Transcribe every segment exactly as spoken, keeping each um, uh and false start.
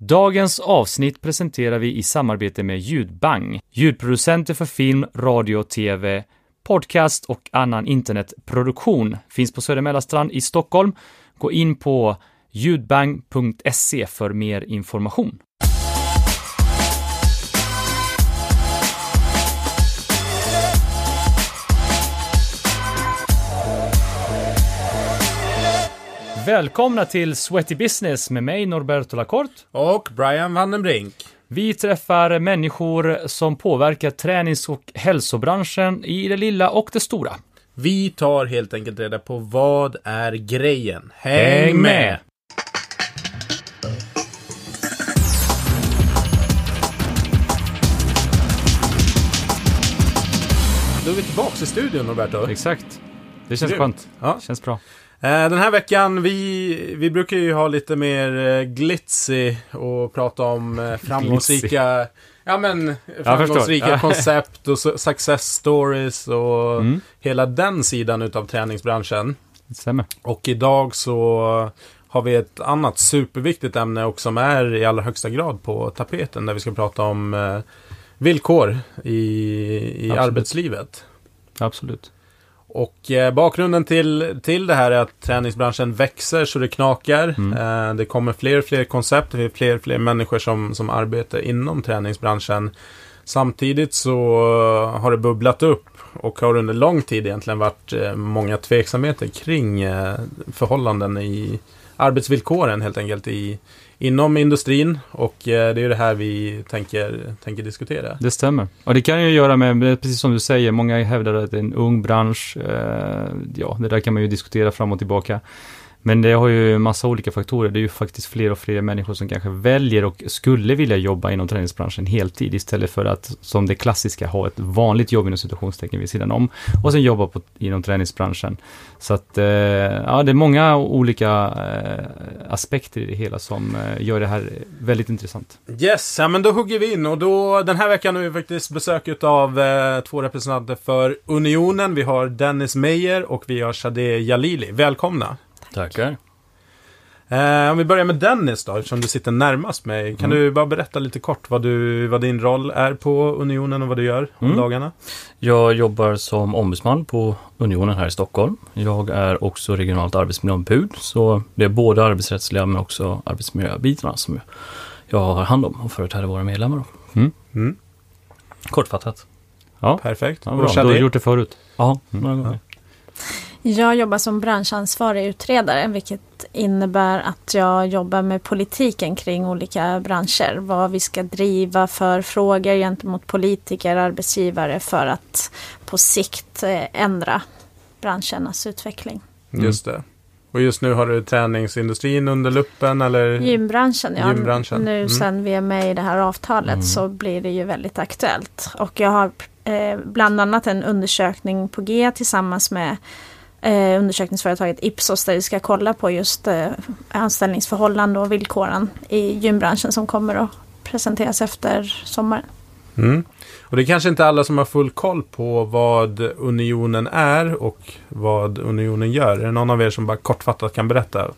Dagens avsnitt presenterar vi i samarbete med Ljudbang, ljudproducenter för film, radio, tv, podcast och annan internetproduktion. Finns på Södermälarstrand i Stockholm. Gå in på ljudbang punkt se för mer information. Välkomna till Sweaty Business med mig Norberto Lacorte och Brian Vandenbrink. Vi träffar människor som påverkar tränings- och hälsobranschen i det lilla och det stora. Vi tar helt enkelt reda på vad är grejen. Häng, Häng med! med. Då är vi tillbaka i studion, Norberto. Exakt. Det känns det skönt. Ja. Det känns bra. Den här veckan, vi, vi brukar ju ha lite mer glitzy och prata om framgångsrika, ja men, framgångsrika ja, koncept och success stories och mm. hela den sidan utav träningsbranschen. Det stämmer. Och idag så har vi ett annat superviktigt ämne och som är i allra högsta grad på tapeten där vi ska prata om eh, villkor i, i arbetslivet. Absolut. Och eh, bakgrunden till, till det här är att träningsbranschen växer så det knakar. Mm. Eh, det kommer fler och fler koncept. Det är fler och fler människor som, som arbetar inom träningsbranschen. Samtidigt så har det bubblat upp och har under lång tid egentligen varit eh, många tveksamheter kring eh, förhållanden i arbetsvillkoren helt enkelt i inom industrin och eh, det är ju det här vi tänker, tänker diskutera. Det stämmer. Och det kan ju göra med, precis som du säger, många hävdar att det är en ung bransch. Eh, ja, det där kan man ju diskutera fram och tillbaka. Men det har ju en massa olika faktorer. Det är ju faktiskt fler och fler människor som kanske väljer och skulle vilja jobba inom träningsbranschen heltid istället för att, som det klassiska, ha ett vanligt jobb inom situationstecken vid sidan om och sen jobba på, inom träningsbranschen. Så att, eh, ja, det är många olika eh, aspekter i det hela som eh, gör det här väldigt intressant. Yes, ja, men då hugger vi in och då, den här veckan har vi faktiskt besök av eh, två representanter för Unionen. Vi har Dennis Meijer och vi har Shadeh Jalili. Välkomna! Tackar. Eh, om vi börjar med Dennis då, eftersom du sitter närmast mig. Kan mm. du bara berätta lite kort vad, du, vad din roll är på Unionen och vad du gör om mm. dagarna? Jag jobbar som ombudsman på Unionen här i Stockholm. Jag är också regionalt arbetsmiljöombud, så det är både arbetsrättsliga men också arbetsmiljöbitarna som jag har hand om och företräder våra medlemmar. Mm. Mm. Kortfattat. Ja, perfekt. Ja, bra. Du har gjort det förut. Ja, några mm. gånger. Jag jobbar som branschansvarig utredare, vilket innebär att jag jobbar med politiken kring olika branscher. Vad vi ska driva för frågor gentemot politiker, arbetsgivare för att på sikt ändra branschernas utveckling. Mm. Just det. Och just nu har du träningsindustrin under luppen eller? Gymbranschen, ja. Gymbranschen. Nu mm. sen vi är med i det här avtalet mm. så blir det ju väldigt aktuellt. Och jag har eh, bland annat en undersökning på G tillsammans med Eh, undersökningsföretaget Ipsos där vi ska kolla på just eh, anställningsförhållanden och villkoren i gymbranschen som kommer att presenteras efter sommaren. Mm. Och det är kanske inte alla som har full koll på vad Unionen är och vad Unionen gör. Är det någon av er som bara kortfattat kan berätta?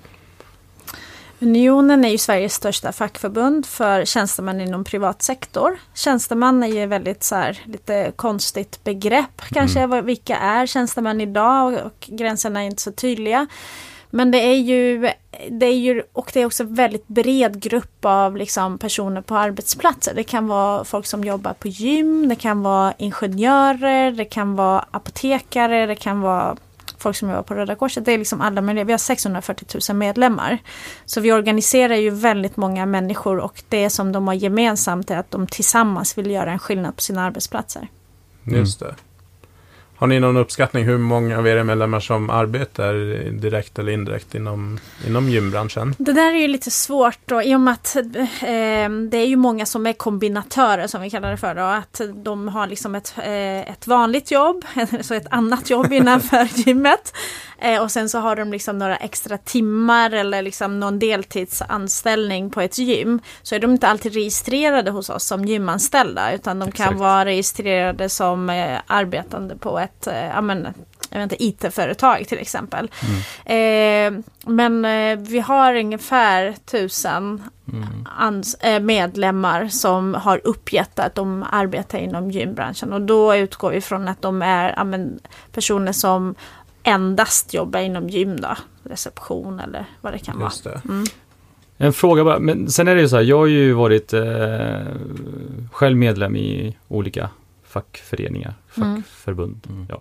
Unionen är ju Sveriges största fackförbund för tjänstemän inom privat sektor. Tjänsteman är ju väldigt så här, lite konstigt begrepp kanske. Mm. Vilka är tjänstemän idag och, och gränserna är inte så tydliga. Men det är ju, det är ju och det är också en väldigt bred grupp av liksom, personer på arbetsplatser. Det kan vara folk som jobbar på gym, det kan vara ingenjörer, det kan vara apotekare, det kan vara folk som jobbar på Röda Korset. Det är liksom alla möjliga. Vi har sexhundrafyrtio tusen medlemmar. Så vi organiserar ju väldigt många människor och det som de har gemensamt är att de tillsammans vill göra en skillnad på sina arbetsplatser. Just det. Har ni någon uppskattning hur många av era medlemmar som arbetar direkt eller indirekt inom, inom gymbranschen? Det där är ju lite svårt då, i och med att eh, det är ju många som är kombinatörer som vi kallar det för då, att de har liksom ett, eh, ett vanligt jobb, så ett annat jobb innanför gymmet eh, och sen så har de liksom några extra timmar eller liksom någon deltidsanställning på ett gym, så är de inte alltid registrerade hos oss som gymanställda utan de kan Exakt. vara registrerade som eh, arbetande på ett, eh, ja, men, jag vet inte, I T-företag till exempel. Mm. Eh, men eh, vi har ungefär tusen mm. ans- eh, medlemmar som har uppgett att de arbetar inom gymbranschen. Och då utgår vi från att de är ja, men, personer som endast jobbar inom gym då. Reception eller vad det kan Just vara. Det. Mm. En fråga bara, men sen är det ju så här, jag har ju varit eh, själv medlem i olika fackföreningar, fackförbund. Mm. Ja.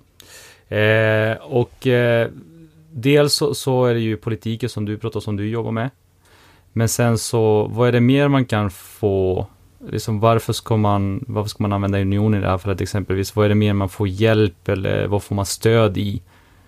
Eh, och eh, dels så, så är det ju politiker som du pratar om, som du jobbar med. Men sen så, vad är det mer man kan få, liksom varför ska man, varför ska man använda unionen i det här fallet exempelvis? Vad är det mer man får hjälp eller vad får man stöd i?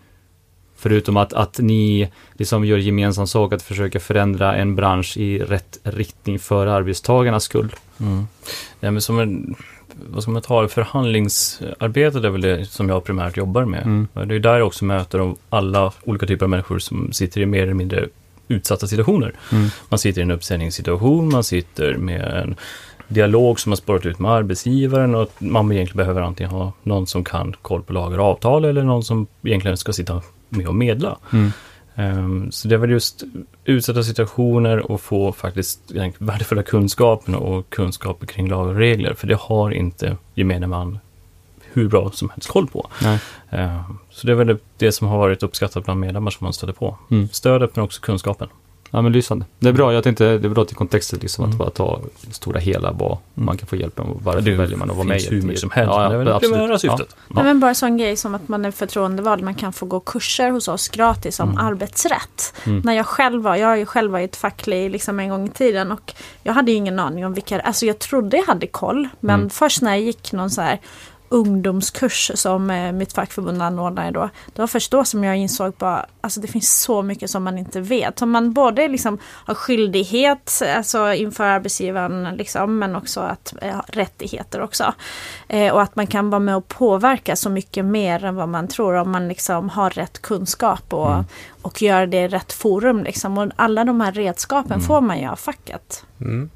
Förutom att, att ni liksom gör gemensam sak att försöka förändra en bransch i rätt riktning för arbetstagarnas skull. Mm. Ja, men som en, vad ska man ta, förhandlingsarbetet är väl det som jag primärt jobbar med. Mm. Det är där jag också möter alla olika typer av människor som sitter i mer eller mindre utsatta situationer. Mm. Man sitter i en uppsägningssituation, man sitter med en dialog som har spårat ut med arbetsgivaren och att man egentligen behöver antingen ha någon som kan koll på lagar och avtal eller någon som egentligen ska sitta med och medla. Mm. Um, så det är väl just utsatta situationer och få faktiskt värdefulla kunskaper och kunskaper kring lagar och regler, för det har inte gemene man hur bra som helst koll på. Uh, så det är väl det, det som har varit uppskattat bland medlemmar som man stöter på. Mm. Stödet men också kunskapen. Ja, men lysande. Det är bra, jag tänkte det är bra till kontexten liksom, mm. att bara ta stora hela vad mm. man kan få hjälp med och varför det väljer man att vara med i hur mycket som helst. Ja, ja, det är väl det primära syftet. Ja. Ja. Men bara sån grej som att man är förtroendevald, man kan få gå kurser hos oss gratis om mm. arbetsrätt. Mm. När jag själv var, jag har ju själv varit facklig liksom en gång i tiden och jag hade ju ingen aning om vilka, alltså jag trodde jag hade koll, men mm. först när jag gick någon så här ungdomskurs som eh, mitt fackförbund anordnade då. Det var först då som jag insåg bara, alltså det finns så mycket som man inte vet. Som man både liksom har skyldighet alltså inför arbetsgivaren liksom, men också att eh, rättigheter också. Eh, och att man kan vara med och påverka så mycket mer än vad man tror om man liksom har rätt kunskap och, mm. och gör det i rätt forum liksom. Och alla de här redskapen mm. får man ju av facket. Mm.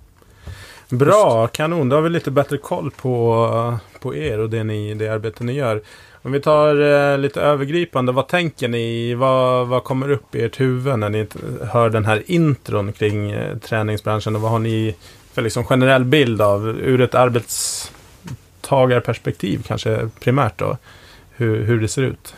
Bra, kanon. Då har vi lite bättre koll på, på er och det, ni, det arbete ni gör. Om vi tar eh, lite övergripande, vad tänker ni? Vad, vad kommer upp i ert huvud när ni hör den här intron kring eh, träningsbranschen? Och vad har ni för liksom generell bild av ur ett arbetstagarperspektiv kanske primärt då? Hur, hur det ser ut?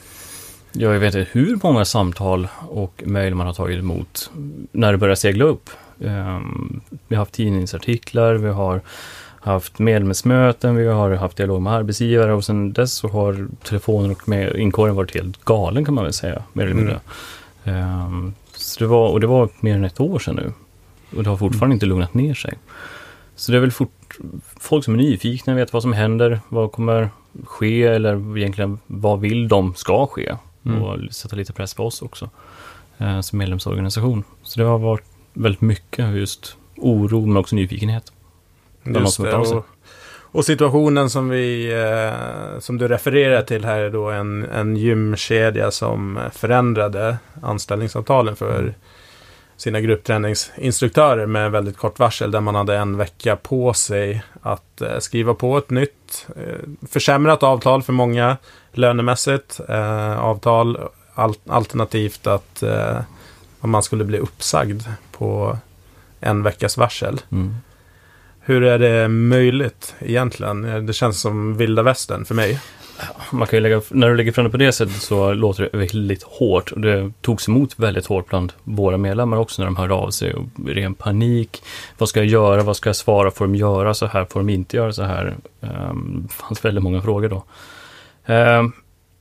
Jag vet inte hur många samtal och mejl man har tagit emot när det börjar segla upp. Um, vi har haft tidningsartiklar, vi har haft medlemsmöten, vi har haft dialog med arbetsgivare och sen dess så har telefonen och med inkorgen varit helt galen kan man väl säga, mer eller mindre. Mm. Um, så det var, och det var mer än ett år sedan nu och det har fortfarande mm. inte lugnat ner sig. Så det är väl fort, folk som är nyfikna vet vad som händer, vad kommer ske eller egentligen vad vill de ska ske mm. och sätta lite press på oss också uh, som medlemsorganisation. Så det har varit väldigt mycket just oro men också nyfikenhet. Just det, och, och situationen som vi eh, som du refererar till här är då en, en gymkedja som förändrade anställningsavtalen för mm. sina gruppträningsinstruktörer med väldigt kort varsel, där man hade en vecka på sig att eh, skriva på ett nytt eh, försämrat avtal för många lönemässigt eh, avtal al- alternativt att eh, om man skulle bli uppsagd på en veckas varsel. Mm. Hur är det möjligt egentligen? Det känns som vilda västern för mig. Man kan ju lägga, när du lägger fram det på det sättet så låter det väldigt hårt. Och det togs emot väldigt hårt bland våra medlemmar också när de hörde av sig. Och ren panik. Vad ska jag göra? Vad ska jag svara? Får de göra så här? Får de inte göra så här? Um, det fanns väldigt många frågor då. Um,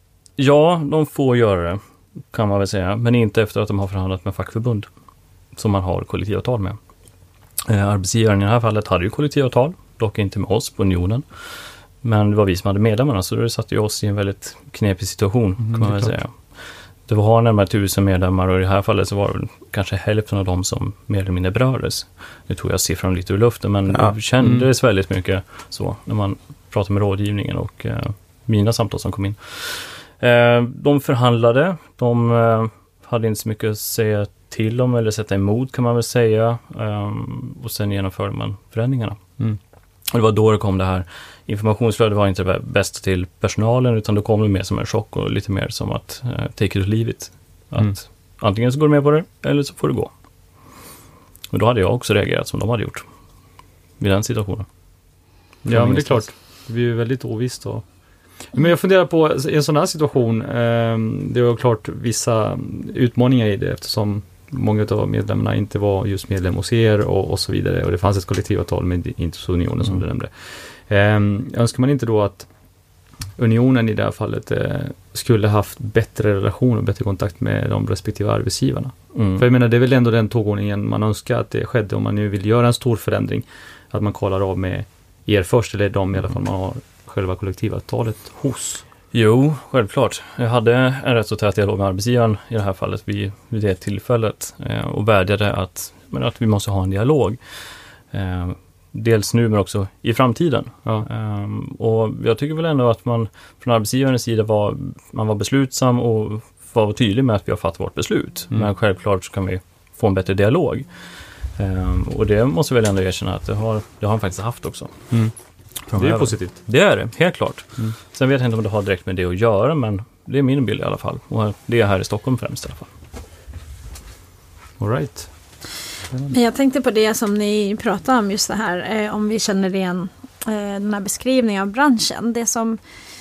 ja, de får göra det. Kan man väl säga, men inte efter att de har förhandlat med fackförbund som man har kollektivavtal med. Eh, arbetsgivaren i det här fallet hade ju kollektivavtal, dock inte med oss på unionen. Men det var vi som hade medlemmarna, så det satte ju oss i en väldigt knepig situation kan mm, man väl säga. Det var närmare tusen medlemmar och i det här fallet så var det kanske hälften av dem som mer eller mindre berördes. Nu tog jag siffran lite ur luften, men ja. det kändes mm. väldigt mycket så när man pratade med rådgivningen och eh, mina samtal som kom in. Eh, de förhandlade, de eh, hade inte så mycket att säga till om eller sätta emot kan man väl säga. Um, och sen genomförde man förändringarna. Mm. Och det var då det kom det här. Informationsflödet var inte det bästa till personalen, utan då kom det mer som en chock och lite mer som att uh, take it or leave it. Att mm. antingen så går du med på det eller så får du gå. Och då hade jag också reagerat som de hade gjort vid den situationen. Ja, men det är klart. Det blir ju väldigt ovisst då. Men jag funderar på i en sån här situation, eh, det var klart vissa utmaningar i det eftersom många av medlemmarna inte var just medlem hos er och, och så vidare. Och det fanns ett kollektivavtal med Interunionen som mm. du nämnde. Eh, önskar man inte då att unionen i det här fallet eh, skulle haft bättre relation och bättre kontakt med de respektive arbetsgivarna? Mm. För jag menar, det är väl ändå den tågordningen man önskar att det skedde om man nu vill göra en stor förändring. Att man kollar av med er först, eller de i alla fall man har själva kollektivavtalet hos. Jo, självklart. Jag hade en rätt så tät dialog med arbetsgivaren i det här fallet vid, vid det tillfället eh, och vädjade att, men att vi måste ha en dialog. Eh, dels nu men också i framtiden. Ja. Eh, och jag tycker väl ändå att man från arbetsgivarens sida var, man var beslutsam och var tydlig med att vi har fattat vårt beslut. Mm. Men självklart så kan vi få en bättre dialog. Eh, och det måste väl ändå erkänna att det har, det har han faktiskt haft också. Mm. Det är positivt. Det är det, helt klart. Mm. Sen vet jag inte om det har direkt med det att göra, men det är min bild i alla fall. Och det är här i Stockholm främst i alla fall. All right. Men jag tänkte på det som ni pratade om, just det här, eh, om vi känner igen eh, den här beskrivningen av branschen. Det som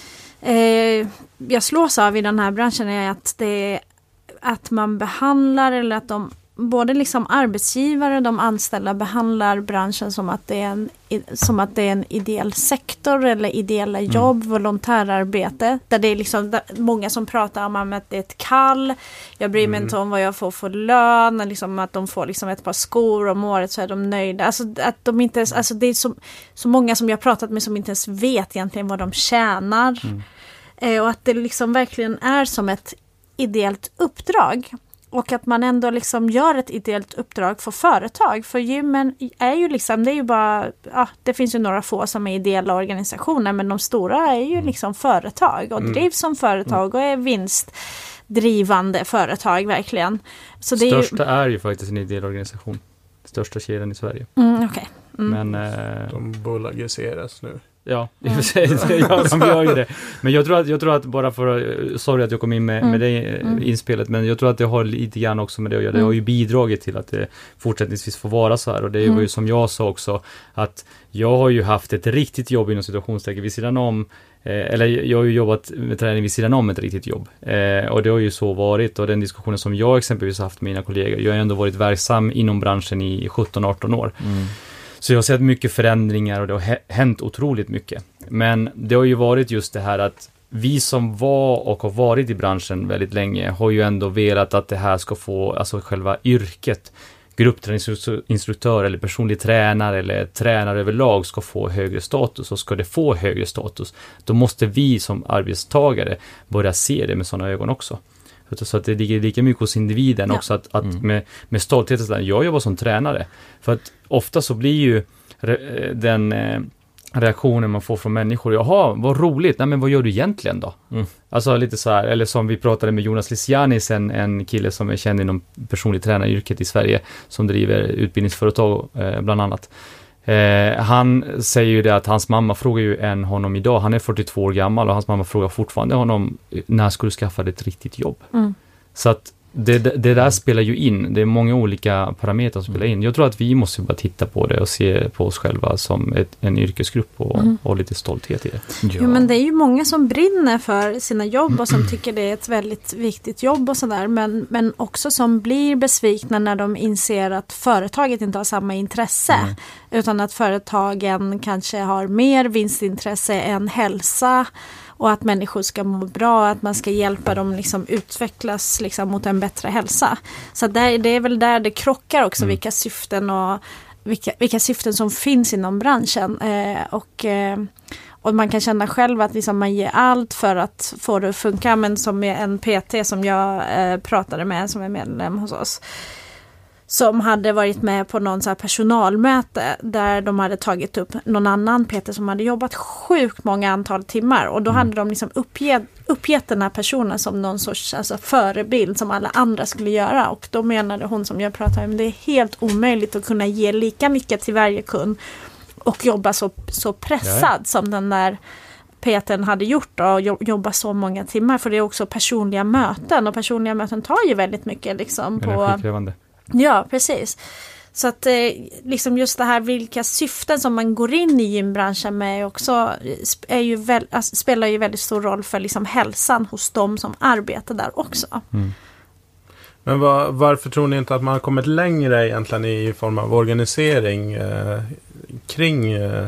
eh, jag slås av i den här branschen är att, det, att man behandlar, eller att de både liksom arbetsgivare och de anställda behandlar branschen som att det är en, som att det är en ideell sektor eller ideella jobb, mm. volontärarbete. Där det är liksom där många som pratar om att det är ett kall. Jag bryr mig mm. inte om vad jag får för lön. Liksom att de får liksom ett par skor om året så är de nöjda. Alltså, att de inte ens, alltså det är så, så många som jag har pratat med som inte ens vet egentligen vad de tjänar. Mm. Eh, och att det liksom verkligen är som ett ideellt uppdrag. Och att man ändå liksom gör ett ideellt uppdrag för företag. För gymmen är ju liksom, det är ju bara, ja, det finns ju några få som är ideella organisationer. Men de stora är ju liksom företag och mm. drivs som företag och är vinstdrivande företag verkligen. Så det största är ju, är ju faktiskt en ideell organisation. Största kedjan i Sverige. Mm, okay. mm. Men eh, de bolagiseras nu. Ja, i och för sig, ja, de gör ju det. Men jag tror att, jag tror att bara för, sorry att jag kom in med, mm. med det mm. inspelet, men jag tror att det har lite grann också med det att göra. Det har ju bidragit till att det fortsättningsvis får vara så här. Och det var ju som jag sa också, att jag har ju haft ett riktigt jobb inom situationstecken vid sidan om, eh, eller jag har ju jobbat med träning vid sidan om ett riktigt jobb. Eh, och det har ju så varit, och den diskussionen som jag exempelvis har haft med mina kollegor, jag har ändå varit verksam inom branschen i sjutton arton år. Mm. Så jag har sett mycket förändringar och det har hänt otroligt mycket. Men det har ju varit just det här att vi som var och har varit i branschen väldigt länge har ju ändå velat att det här ska få, alltså själva yrket, gruppträningsinstruktör eller personlig tränare eller tränare överlag ska få högre status, och ska det få högre status, då måste vi som arbetstagare börja se det med sådana ögon också. Så att det ligger lika mycket hos individen ja. också att, att mm. med, med stolthet att jag jobbar som tränare. För att ofta så blir ju re, den eh, reaktionen man får från människor, jaha, vad roligt, nej men vad gör du egentligen då? Mm. Alltså lite så här, eller som vi pratade med Jonas Lisianis, en, en kille som är känd inom personlig tränaryrket i Sverige, som driver utbildningsföretag eh, bland annat. Eh, han säger ju det att hans mamma frågar ju en honom idag, han är fyrtiotvå år gammal och hans mamma frågar fortfarande honom, när ska du skaffa dig ett riktigt jobb? Mm. Så att det, det, det där spelar ju in, det är många olika parametrar som spelar in. Jag tror att vi måste bara titta på det och se på oss själva som ett, en yrkesgrupp och, mm. och lite stolthet i det. Ja. Jo, men det är ju många som brinner för sina jobb och som tycker det är ett väldigt viktigt jobb och sådär, men, men också som blir besvikna när de inser att företaget inte har samma intresse, mm. utan att företagen kanske har mer vinstintresse än hälsa. Och att människor ska må bra, att man ska hjälpa dem liksom utvecklas liksom mot en bättre hälsa. Så där, det är väl där det krockar också, mm. vilka syften och vilka, vilka syften som finns inom branschen. Eh, och, eh, och man kan känna själv att liksom man ger allt för att få det att funka. Men som en P T som jag eh, pratade med, som är medlem hos oss, som hade varit med på någon så här personalmöte där de hade tagit upp någon annan P T som hade jobbat sjukt många antal timmar, och då mm. hade de liksom uppgett, uppgett den här personen som någon sorts alltså, förebild som alla andra skulle göra, och då menade hon som jag pratade om, det är helt omöjligt att kunna ge lika mycket till varje kund och jobba så, så pressad ja. som den där P T:n hade gjort då, och jobba så många timmar, för det är också personliga möten, och personliga möten tar ju väldigt mycket liksom på... Energikrävande. Ja, precis. Så att eh, liksom just det här vilka syften som man går in i gymbranschen med också är ju väl, alltså, spelar ju väldigt stor roll för liksom hälsan hos de som arbetar där också. Mm. Men var, varför tror ni inte att man har kommit längre egentligen i form av organisering eh, kring eh,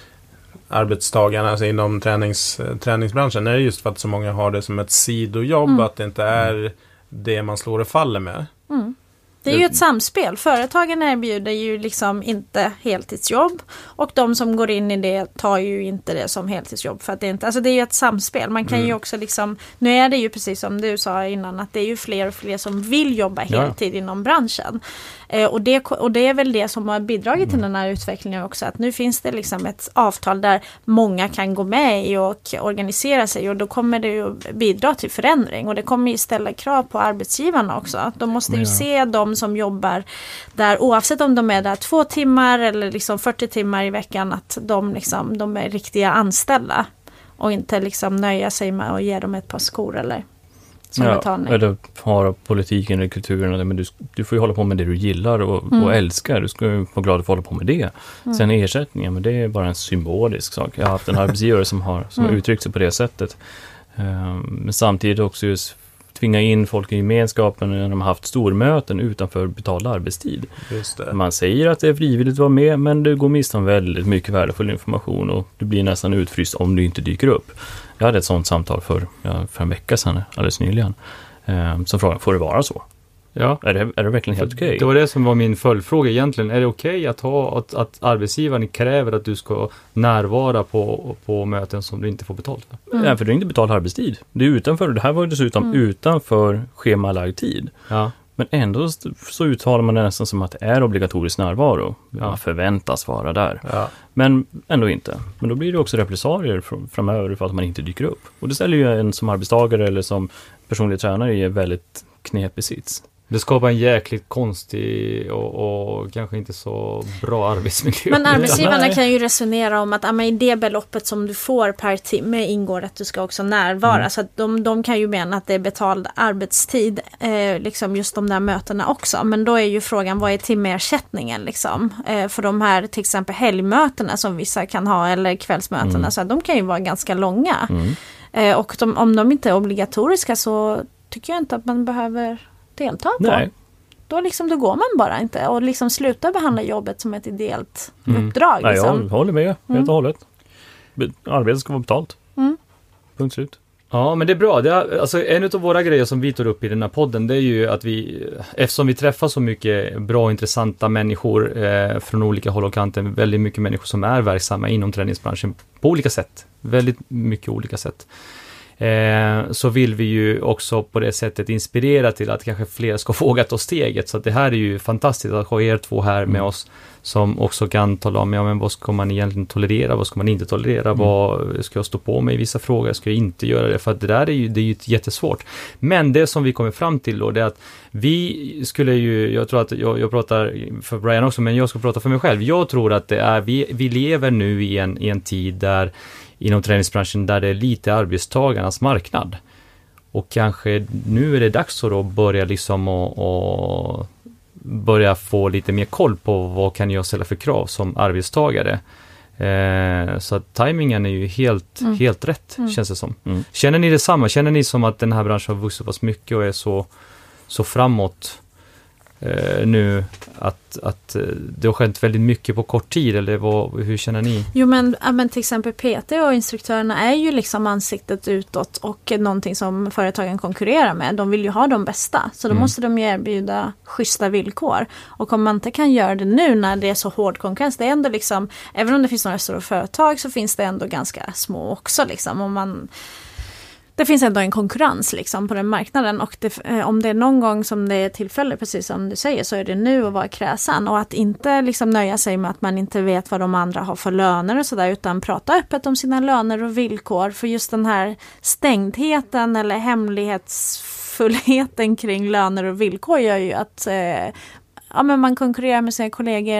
arbetstagarna, alltså inom tränings, träningsbranschen? Är det just för att så många har det som ett sidojobb, mm. att det inte är det man slår och faller med? Mm. Det är ju ett samspel. Företagen erbjuder ju liksom inte heltidsjobb, och de som går in i det tar ju inte det som heltidsjobb, för att det är inte, alltså det är ju ett samspel. Man kan mm. ju också liksom, nu är det ju precis som du sa innan, att det är ju fler och fler som vill jobba heltid ja. inom branschen. Eh, och, det, och det är väl det som har bidragit mm. till den här utvecklingen också, att nu finns det liksom ett avtal där många kan gå med i och organisera sig, och då kommer det ju bidra till förändring, och det kommer ju ställa krav på arbetsgivarna också. De måste ju ja. se de som jobbar där, oavsett om de är där två timmar eller liksom fyrtio timmar i veckan, att de, liksom, de är riktiga anställda och inte liksom nöja sig med att ge dem ett par skor eller som ja, betalning. Eller har politiken eller kulturen, men du, du får ju hålla på med det du gillar och, mm. och älskar. Du ska ju vara glad att få hålla på med det. Mm. Sen ersättningen, men det är bara en symbolisk sak. Jag har haft en arbetsgivare som har, som mm. har uttryckt sig på det sättet. Um, men samtidigt också just tvinga in folk i gemenskapen när de har haft stormöten utanför betald arbetstid. Just det. Man säger att det är frivilligt att vara med, men du går miste om väldigt mycket värdefull information, och du blir nästan utfryst om du inte dyker upp. Jag hade ett sånt samtal för, ja, för en vecka sedan, alldeles nyligen. Eh, som frågan, får det vara så? Ja. Är det, är det verkligen helt okej? Okay? Det var det som var min följdfråga egentligen. Är det okej okay att, ha, att, att arbetsgivaren kräver att du ska närvara på, på möten som du inte får betalt för? Mm. Ja, för det är inte betald arbetstid. Det är utanför, det här var ju dessutom mm. utanför schemalagd tid. Ja. Men ändå så uttalar man det nästan som att det är obligatorisk närvaro. Ja. Man förväntas vara där. Ja. Men ändå inte. Men då blir det också repressalier framöver för att man inte dyker upp. Och det ställer ju en som arbetstagare eller som personlig tränare i en väldigt knepig sits. Det skapar en jäkligt konstig och, och kanske inte så bra arbetsmiljö. Men arbetsgivarna kan ju resonera om att ja, men i det beloppet som du får per timme ingår att du ska också närvara. Mm. Så att de, de kan ju mena att det är betald arbetstid, eh, liksom just de där mötena också. Men då är ju frågan, vad är timmersättningen liksom? Eh, för de här till exempel helgmötena som vissa kan ha, eller kvällsmötena, mm. så att de kan ju vara ganska långa. Mm. Eh, och de, om de inte är obligatoriska så tycker jag inte att man behöver delta på. Nej. Då, liksom, då går man bara inte och liksom slutar behandla jobbet som ett ideellt mm. uppdrag. Nej, liksom. jag håller med helt mm. och hållet. Arbetet ska vara betalt. Mm. Punkt slut. Ja, men det är bra. Det är, alltså, en av våra grejer som vi tar upp i den här podden, det är ju att vi, eftersom vi träffar så mycket bra och intressanta människor eh, från olika håll och kanter, väldigt mycket människor som är verksamma inom träningsbranschen på olika sätt. Väldigt mycket olika sätt. Eh, så vill vi ju också på det sättet inspirera till att kanske fler ska våga ta steget. Så att det här är ju fantastiskt att ha er två här med oss som också kan tala om, ja men vad ska man egentligen tolerera, vad ska man inte tolerera, mm. vad ska jag stå på med i vissa frågor, ska jag inte göra det, för att det där är ju, det är ju jättesvårt. Men det som vi kommer fram till då, det är att vi skulle ju, jag tror att jag, jag pratar för Brian också, men jag ska prata för mig själv. Jag tror att det är, vi, vi lever nu i en, i en tid där inom träningsbranschen där det är lite arbetstagarnas marknad. Och kanske nu är det dags att då börja liksom och, och börja få lite mer koll på vad kan jag ställa för krav som arbetstagare. Eh, så att tajmingen är ju helt, mm. helt rätt, mm. känns det som. Mm. Känner ni detsamma? Känner ni som att den här branschen har vuxit så mycket och är så, så framåt Uh, nu att, att uh, det har skett väldigt mycket på kort tid, eller vad, hur känner ni? Jo men, men till exempel P T och instruktörerna är ju liksom ansiktet utåt och någonting som företagen konkurrerar med. De vill ju ha de bästa, så då mm. måste de ju erbjuda schyssta villkor. Och om man inte kan göra det nu när det är så hård konkurrens, det är ändå liksom, även om det finns några stora företag så finns det ändå ganska små också liksom, om man det finns ändå en konkurrens liksom på den marknaden, och det, eh, om det är någon gång som det är tillfälle, precis som du säger, så är det nu att vara kräsen, och att inte liksom nöja sig med att man inte vet vad de andra har för löner och sådär, utan prata öppet om sina löner och villkor, för just den här stängdheten eller hemlighetsfullheten kring löner och villkor gör ju att eh, ja, men man konkurrerar med sina kollegor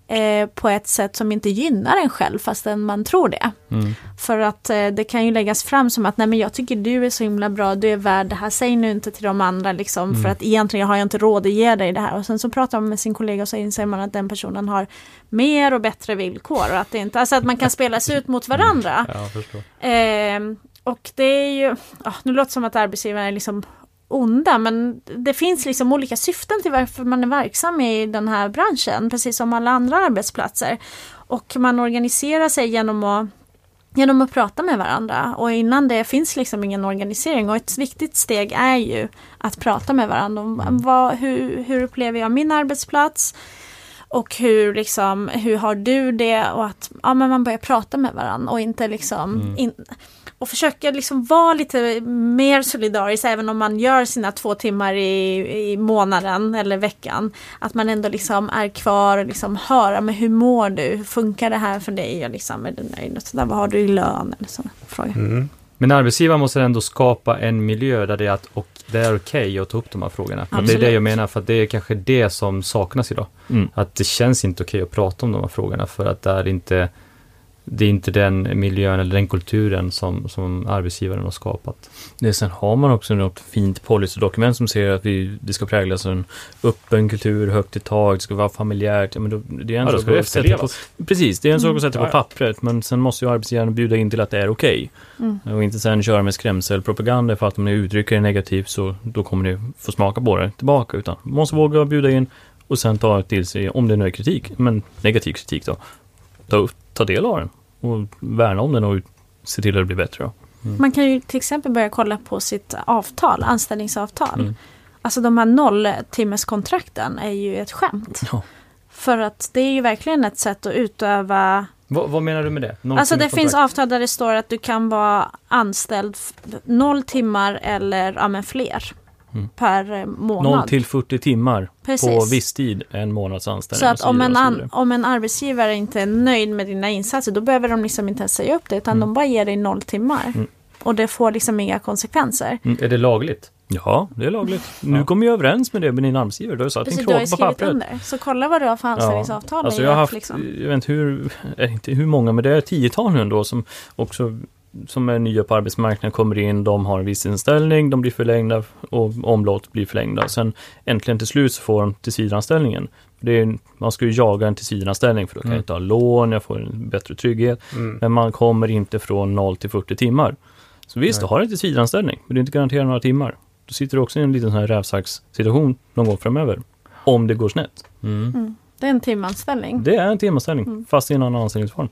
eh, på ett sätt som inte gynnar en själv fastän man tror det. Mm. För att eh, det kan ju läggas fram som att nej men jag tycker du är så himla bra, du är värd det här, säg nu inte till de andra liksom, Mm. för att egentligen har jag inte råd att ge dig det här. Och sen så pratar man med sin kollega och så inser man att den personen har mer och bättre villkor och att det inte, alltså att man kan spelas ut mot varandra. Ja, jag förstår. Eh, och det är ju, oh, nu låter det som att arbetsgivare är liksom onda, men det finns liksom olika syften till varför man är verksam i den här branschen, precis som alla andra arbetsplatser. Och man organiserar sig genom att, genom att prata med varandra. Och innan det finns liksom ingen organisering. Och ett viktigt steg är ju att prata med varandra. Om vad, hur, hur upplever jag min arbetsplats? Och hur, liksom, hur har du det? Och att ja, men man börjar prata med varandra och inte liksom... Mm. In, och försöka liksom vara lite mer solidarisk även om man gör sina två timmar i, i månaden eller veckan. Att man ändå liksom är kvar och liksom höra med hur mår du? Hur funkar det här för dig? Och liksom, är du nöjd? Och så där, vad har du i lön? Eller sådana frågor. Mm. Men arbetsgivaren måste ändå skapa en miljö där det är, att, och det är okej att ta upp de här frågorna. För det är det jag menar, för att det är kanske det som saknas idag. Mm. Att det känns inte okej att prata om de här frågorna för att det är inte, det är inte den miljön eller den kulturen som, som arbetsgivaren har skapat. Det, sen har man också något fint policydokument som säger att vi, det ska präglas av en öppen kultur, högt i tak, det ska vara familjärt. Ja, men då, det är en Ja, då sak ska det att sätta på, efterlevas. precis, det är en sak att sätta Mm. på pappret, men sen måste ju arbetsgivaren bjuda in till att det är okej. Mm. Och inte sen köra med skrämselpropaganda för att om ni uttrycker det negativt så då kommer ni få smaka på det tillbaka. Utan man måste våga bjuda in och sen ta till sig, om det nu är kritik, men negativ kritik då, ta, ta del av den och värna om den och se till att det blir bättre då. Mm. Man kan ju till exempel börja kolla på sitt avtal, anställningsavtal. Mm. Alltså de här nolltimmeskontrakten är ju ett skämt. Ja. För att det är ju verkligen ett sätt att utöva... Vad, vad menar du med det? Noll Alltså det timmars finns kontrakt? avtal där det står att du kan vara anställd f- noll timmar eller ja, men fler Mm. per eh, månad. noll till fyrtio timmar Precis. på viss tid, en månads anställning. Så att och om vidare en, och så an, vidare. om en arbetsgivare inte är nöjd med dina insatser, då behöver de liksom inte ens säga upp det, utan Mm. de bara ger dig noll timmar. Mm. Och det får liksom inga konsekvenser. Mm, är det lagligt? Ja, det är lagligt. Nu Ja. kommer jag överens med det med din arbetsgivare. Du har satt Precis, en du har kråka ju på skrivit pappret. under. Så kolla vad du har för anställningsavtal. Alltså i jag har att haft, liksom. jag vet inte hur, eh, inte hur många, men det är tiotal nu ändå som också som är nya på arbetsmarknaden kommer in, de har en viss inställning, de blir förlängda och omlåt blir förlängda. Sen äntligen till slut så får de tillsvidareanställningen. Det är, man ska ju jaga en tillsvidareanställning för då kan Mm. jag inte ha lån, jag får en bättre trygghet. Mm. Men man kommer inte från noll till fyrtio timmar. Så visst, Nej. du har en tillsvidareanställning, men du är inte garanterad några timmar. Då sitter du också i en liten sån här rävsax-situation någon gång framöver. Om det går snett. Mm. Mm. Det är en timanställning. Det är en timanställning, Mm. fast i en annan anställningsform.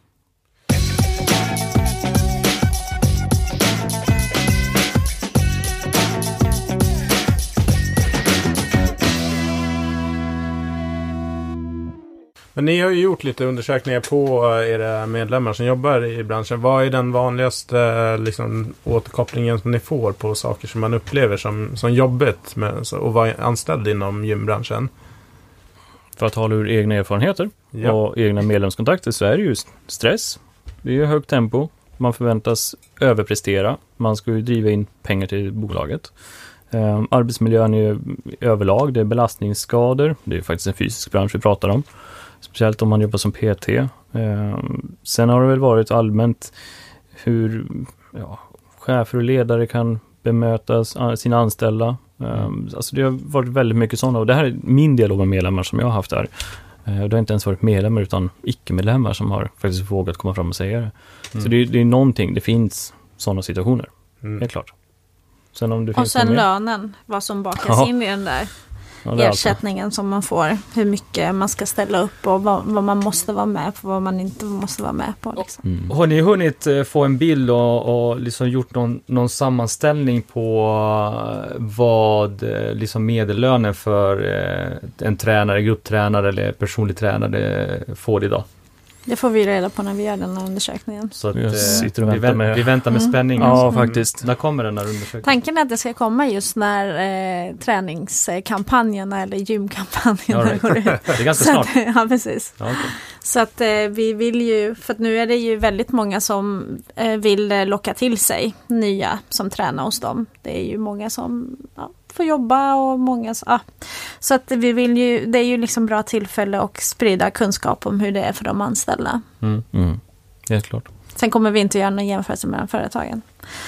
Men ni har ju gjort lite undersökningar på era medlemmar som jobbar i branschen. Vad är den vanligaste liksom, återkopplingen som ni får på saker som man upplever som, som jobbigt med att vara anställd inom gymbranschen? För att tala ur egna erfarenheter Ja. och egna medlemskontakter så är det ju stress. Det är ju högt tempo. Man förväntas överprestera. Man ska ju driva in pengar till bolaget. Eh, arbetsmiljön är ju överlag. Det är belastningsskador. Det är faktiskt en fysisk bransch vi pratar om. Speciellt om man jobbar som P T. Eh, sen har det väl varit allmänt hur ja, chefer och ledare kan bemöta sina anställda. Um, alltså det har varit väldigt mycket sådana, och det här är min dialog med medlemmar som jag har haft där. Uh, det har inte ens varit medlemmar utan icke-medlemmar som har faktiskt vågat komma fram och säga det. Mm. Så det, det är någonting, det finns sådana situationer, Mm. helt klart. Sen om det Och finns sen något mer- lönen, vad som bakas Ja. in i den där Ja, det är allt. ersättningen som man får. Hur mycket man ska ställa upp och vad, vad man måste vara med på, vad man inte måste vara med på. Liksom. Mm. Har ni hunnit eh, få en bild och, och liksom gjort någon, någon sammanställning på eh, vad eh, liksom medellönen för eh, en tränare, grupptränare eller personlig tränare får idag? Det får vi reda på när vi gör den här undersökningen. Så att, Jag eh, sitter och vi, väntar vänt, med- vi väntar med Mm. spänning. Ja, alltså. faktiskt. När kommer den här undersökningen? Tanken är att det ska komma just när eh, träningskampanjerna eller gymkampanjerna All right. går ut. Det är ganska Så snart. att, ja, precis. Ja, okej. Så att eh, vi vill ju, för att nu är det ju väldigt många som eh, vill eh, locka till sig nya som tränar hos dem. Det är ju många som ja, får jobba och många så, ah. så att vi vill ju, det är ju liksom bra tillfälle att sprida kunskap om hur det är för de anställda. Mm. Mm. Helt klart. Sen kommer vi inte göra någon jämförelse mellan företagen.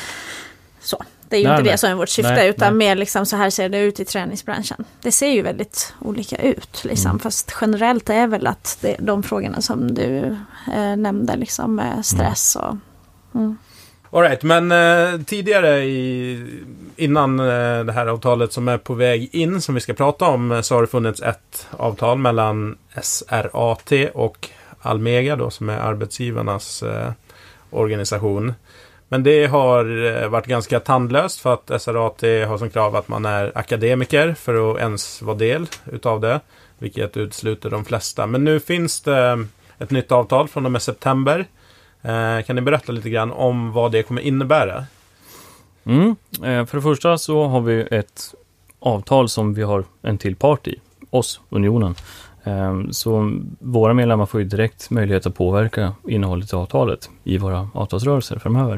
Så. Det är ju nej, inte nej. det som är vårt syfte, nej, utan nej. mer liksom så här ser det ut i träningsbranschen. Det ser ju väldigt olika ut, liksom. Mm. Fast generellt är väl att det, de frågorna som du eh, nämnde, liksom med stress och... Mm. All right, men eh, tidigare i, innan eh, det här avtalet som är på väg in, som vi ska prata om, eh, så har det funnits ett avtal mellan S R A T och Almega då, som är arbetsgivarnas eh, organisation. Men det har eh, varit ganska tandlöst, för att S R A T har som krav att man är akademiker för att ens vara del utav det, vilket utesluter de flesta. Men nu finns det ett nytt avtal från och med september. Eh, kan ni berätta lite grann om vad det kommer innebära? Mm. Eh, för det första så har vi ett avtal som vi har en till part i, oss, unionen. Eh, så våra medlemmar får ju direkt möjlighet att påverka innehållet i avtalet i våra avtalsrörelser framöver.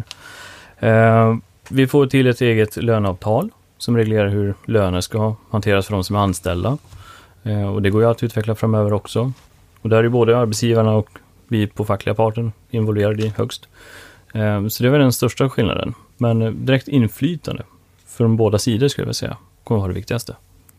Eh, vi får till ett eget löneavtal som reglerar hur löner ska hanteras för de som är anställda. Eh, och det går ju att utveckla framöver också. Och där är både arbetsgivarna och vi på fackliga parten involverade i högst. Eh, så det är väl den största skillnaden. Men direkt inflytande från båda sidor, skulle jag säga, kommer vara det viktigaste.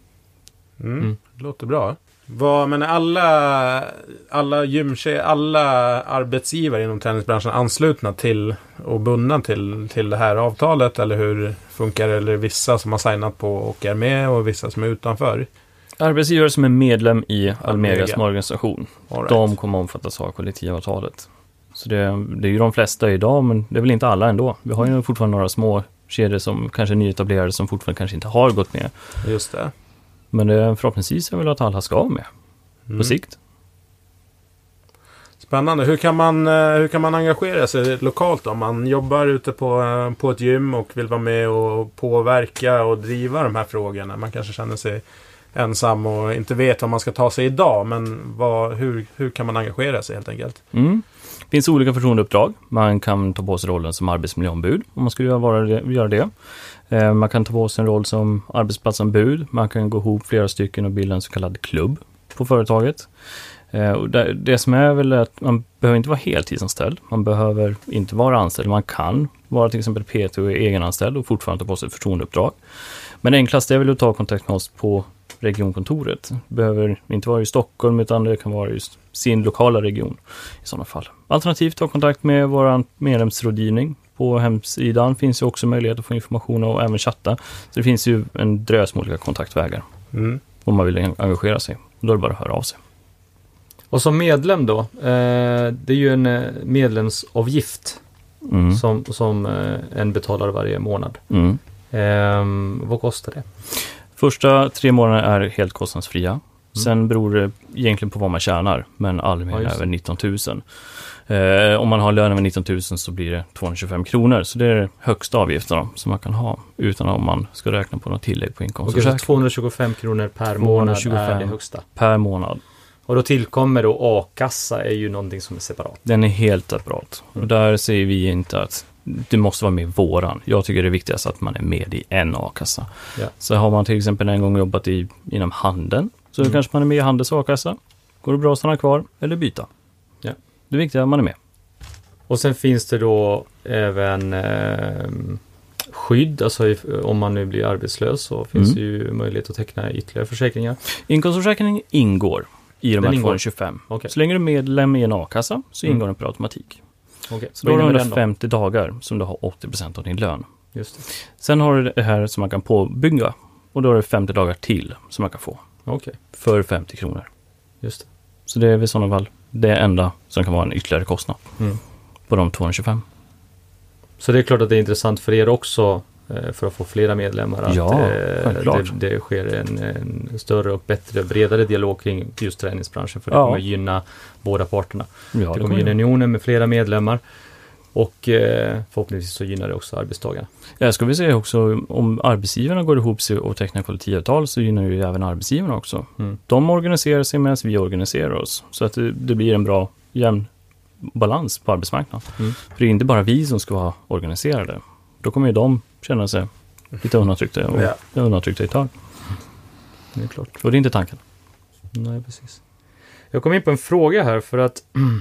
Mm, mm. Det låter bra. Vad, men alla, alla gymtjejer, alla arbetsgivare inom träningsbranschen anslutna till och bundna till, till det här avtalet, eller hur funkar det? Eller vissa som har signat på och är med och vissa som är utanför? Arbetsgivare som är medlem i Almega Almega. som organisation, All de right. kommer omfattas av kollektivavtalet. Så det, det är ju de flesta idag, men det är väl inte alla ändå. Vi har ju fortfarande några små kedjor som kanske är nyetablerade som fortfarande kanske inte har gått med. Just det. Men det, förhoppningsvis är väl att alla ska med Mm. på sikt. Spännande. Hur kan man, hur kan man engagera sig lokalt om man jobbar ute på, på ett gym och vill vara med och påverka och driva de här frågorna? Man kanske känner sig ensam och inte vet vad man ska ta sig idag, men vad, hur, hur kan man engagera sig helt enkelt? Mm. Det finns olika förtroendeuppdrag. Man kan ta på sig rollen som arbetsmiljöombud om man skulle göra det. Göra det. Eh, man kan ta på sig en roll som arbetsplatsombud. Man kan gå ihop flera stycken och bilda en så kallad klubb på företaget. Eh, och det, det som är väl att man behöver inte vara heltidsanställd. Man behöver inte vara anställd. Man kan vara till exempel P T och egenanställd och fortfarande ta på sig förtroendeuppdrag. Men det enklaste är väl att ta kontakt med oss på regionkontoret. Det behöver inte vara i Stockholm, utan det kan vara just sin lokala region i sådana fall. Alternativt ta kontakt med vår medlemsrådgivning. På hemsidan finns ju också möjlighet att få information och även chatta. Så det finns ju en drös med olika kontaktvägar Mm. om man vill engagera sig. Då är det bara att höra av sig. Och som medlem då, eh, det är ju en eh, medlemsavgift Mm. som, som eh, en betalar varje månad. Mm. Eh, vad kostar det? Första tre månader är helt kostnadsfria. Mm. Sen beror det egentligen på vad man tjänar, men allmän Ja, är över nitton tusen. Eh, om man har lön över nitton tusen så blir det tvåhundratjugofem kronor. Så det är det högsta avgifterna som man kan ha, utan om man ska räkna på något tillägg på inkomstförsäkring. Okej, så tvåhundratjugofem kronor per månad är det högsta. Per månad. Och då tillkommer då A-kassa är ju någonting som är separat. Den är helt separat. Mm. Och där säger vi inte att du måste vara med i våran. Jag tycker det är viktigast att man är med i en A-kassa. Ja. Så har man till exempel en gång jobbat i, inom handeln, så Mm. kanske man är med i Handels A-kassa. Går det bra att stanna kvar eller byta? Ja. Det är viktigt att man är med. Och sen finns det då även eh, skydd, alltså if, om man nu blir arbetslös så finns Mm. det ju möjlighet att teckna ytterligare försäkringar. Inkomstförsäkring ingår i de Den här ingår. tvåhundratjugofem. Okej. Så länge du är medlem i en A-kassa så Mm. ingår den per automatik. Okej. Så då har du Vad innebär den hundrafemtio dagar som du har åttio procent av din lön. Just det. Sen har du det här som man kan påbygga. Och då är det femtio dagar till som man kan få. Okej, För femtio kronor. just det. Så det är i sådana fall det enda som kan vara en ytterligare kostnad Mm. på de tvåhundratjugofem. Så det är klart att det är intressant för er också eh, för att få flera medlemmar att Ja, eh, självklart. det, det sker en, en större och bättre, bredare dialog kring just träningsbranschen, för det Ja. kommer gynna båda parterna. Ja, det kommer gynna unionen med flera medlemmar och eh, förhoppningsvis så gynnar det också arbetstagarna. Jag ska vi säga också, om arbetsgivarna går ihop sig och tecknar kollektivavtal så gynnar ju även arbetsgivarna också. Mm. De organiserar sig medan vi organiserar oss. Så att det, det blir en bra jämn balans på arbetsmarknaden. Mm. För det är inte bara vi som ska vara organiserade. Då kommer ju de känna sig lite undertryckta och Ja. undertryckta i tag. Det är klart. Och det är inte tanken. Nej, precis. Jag kom in på en fråga här för att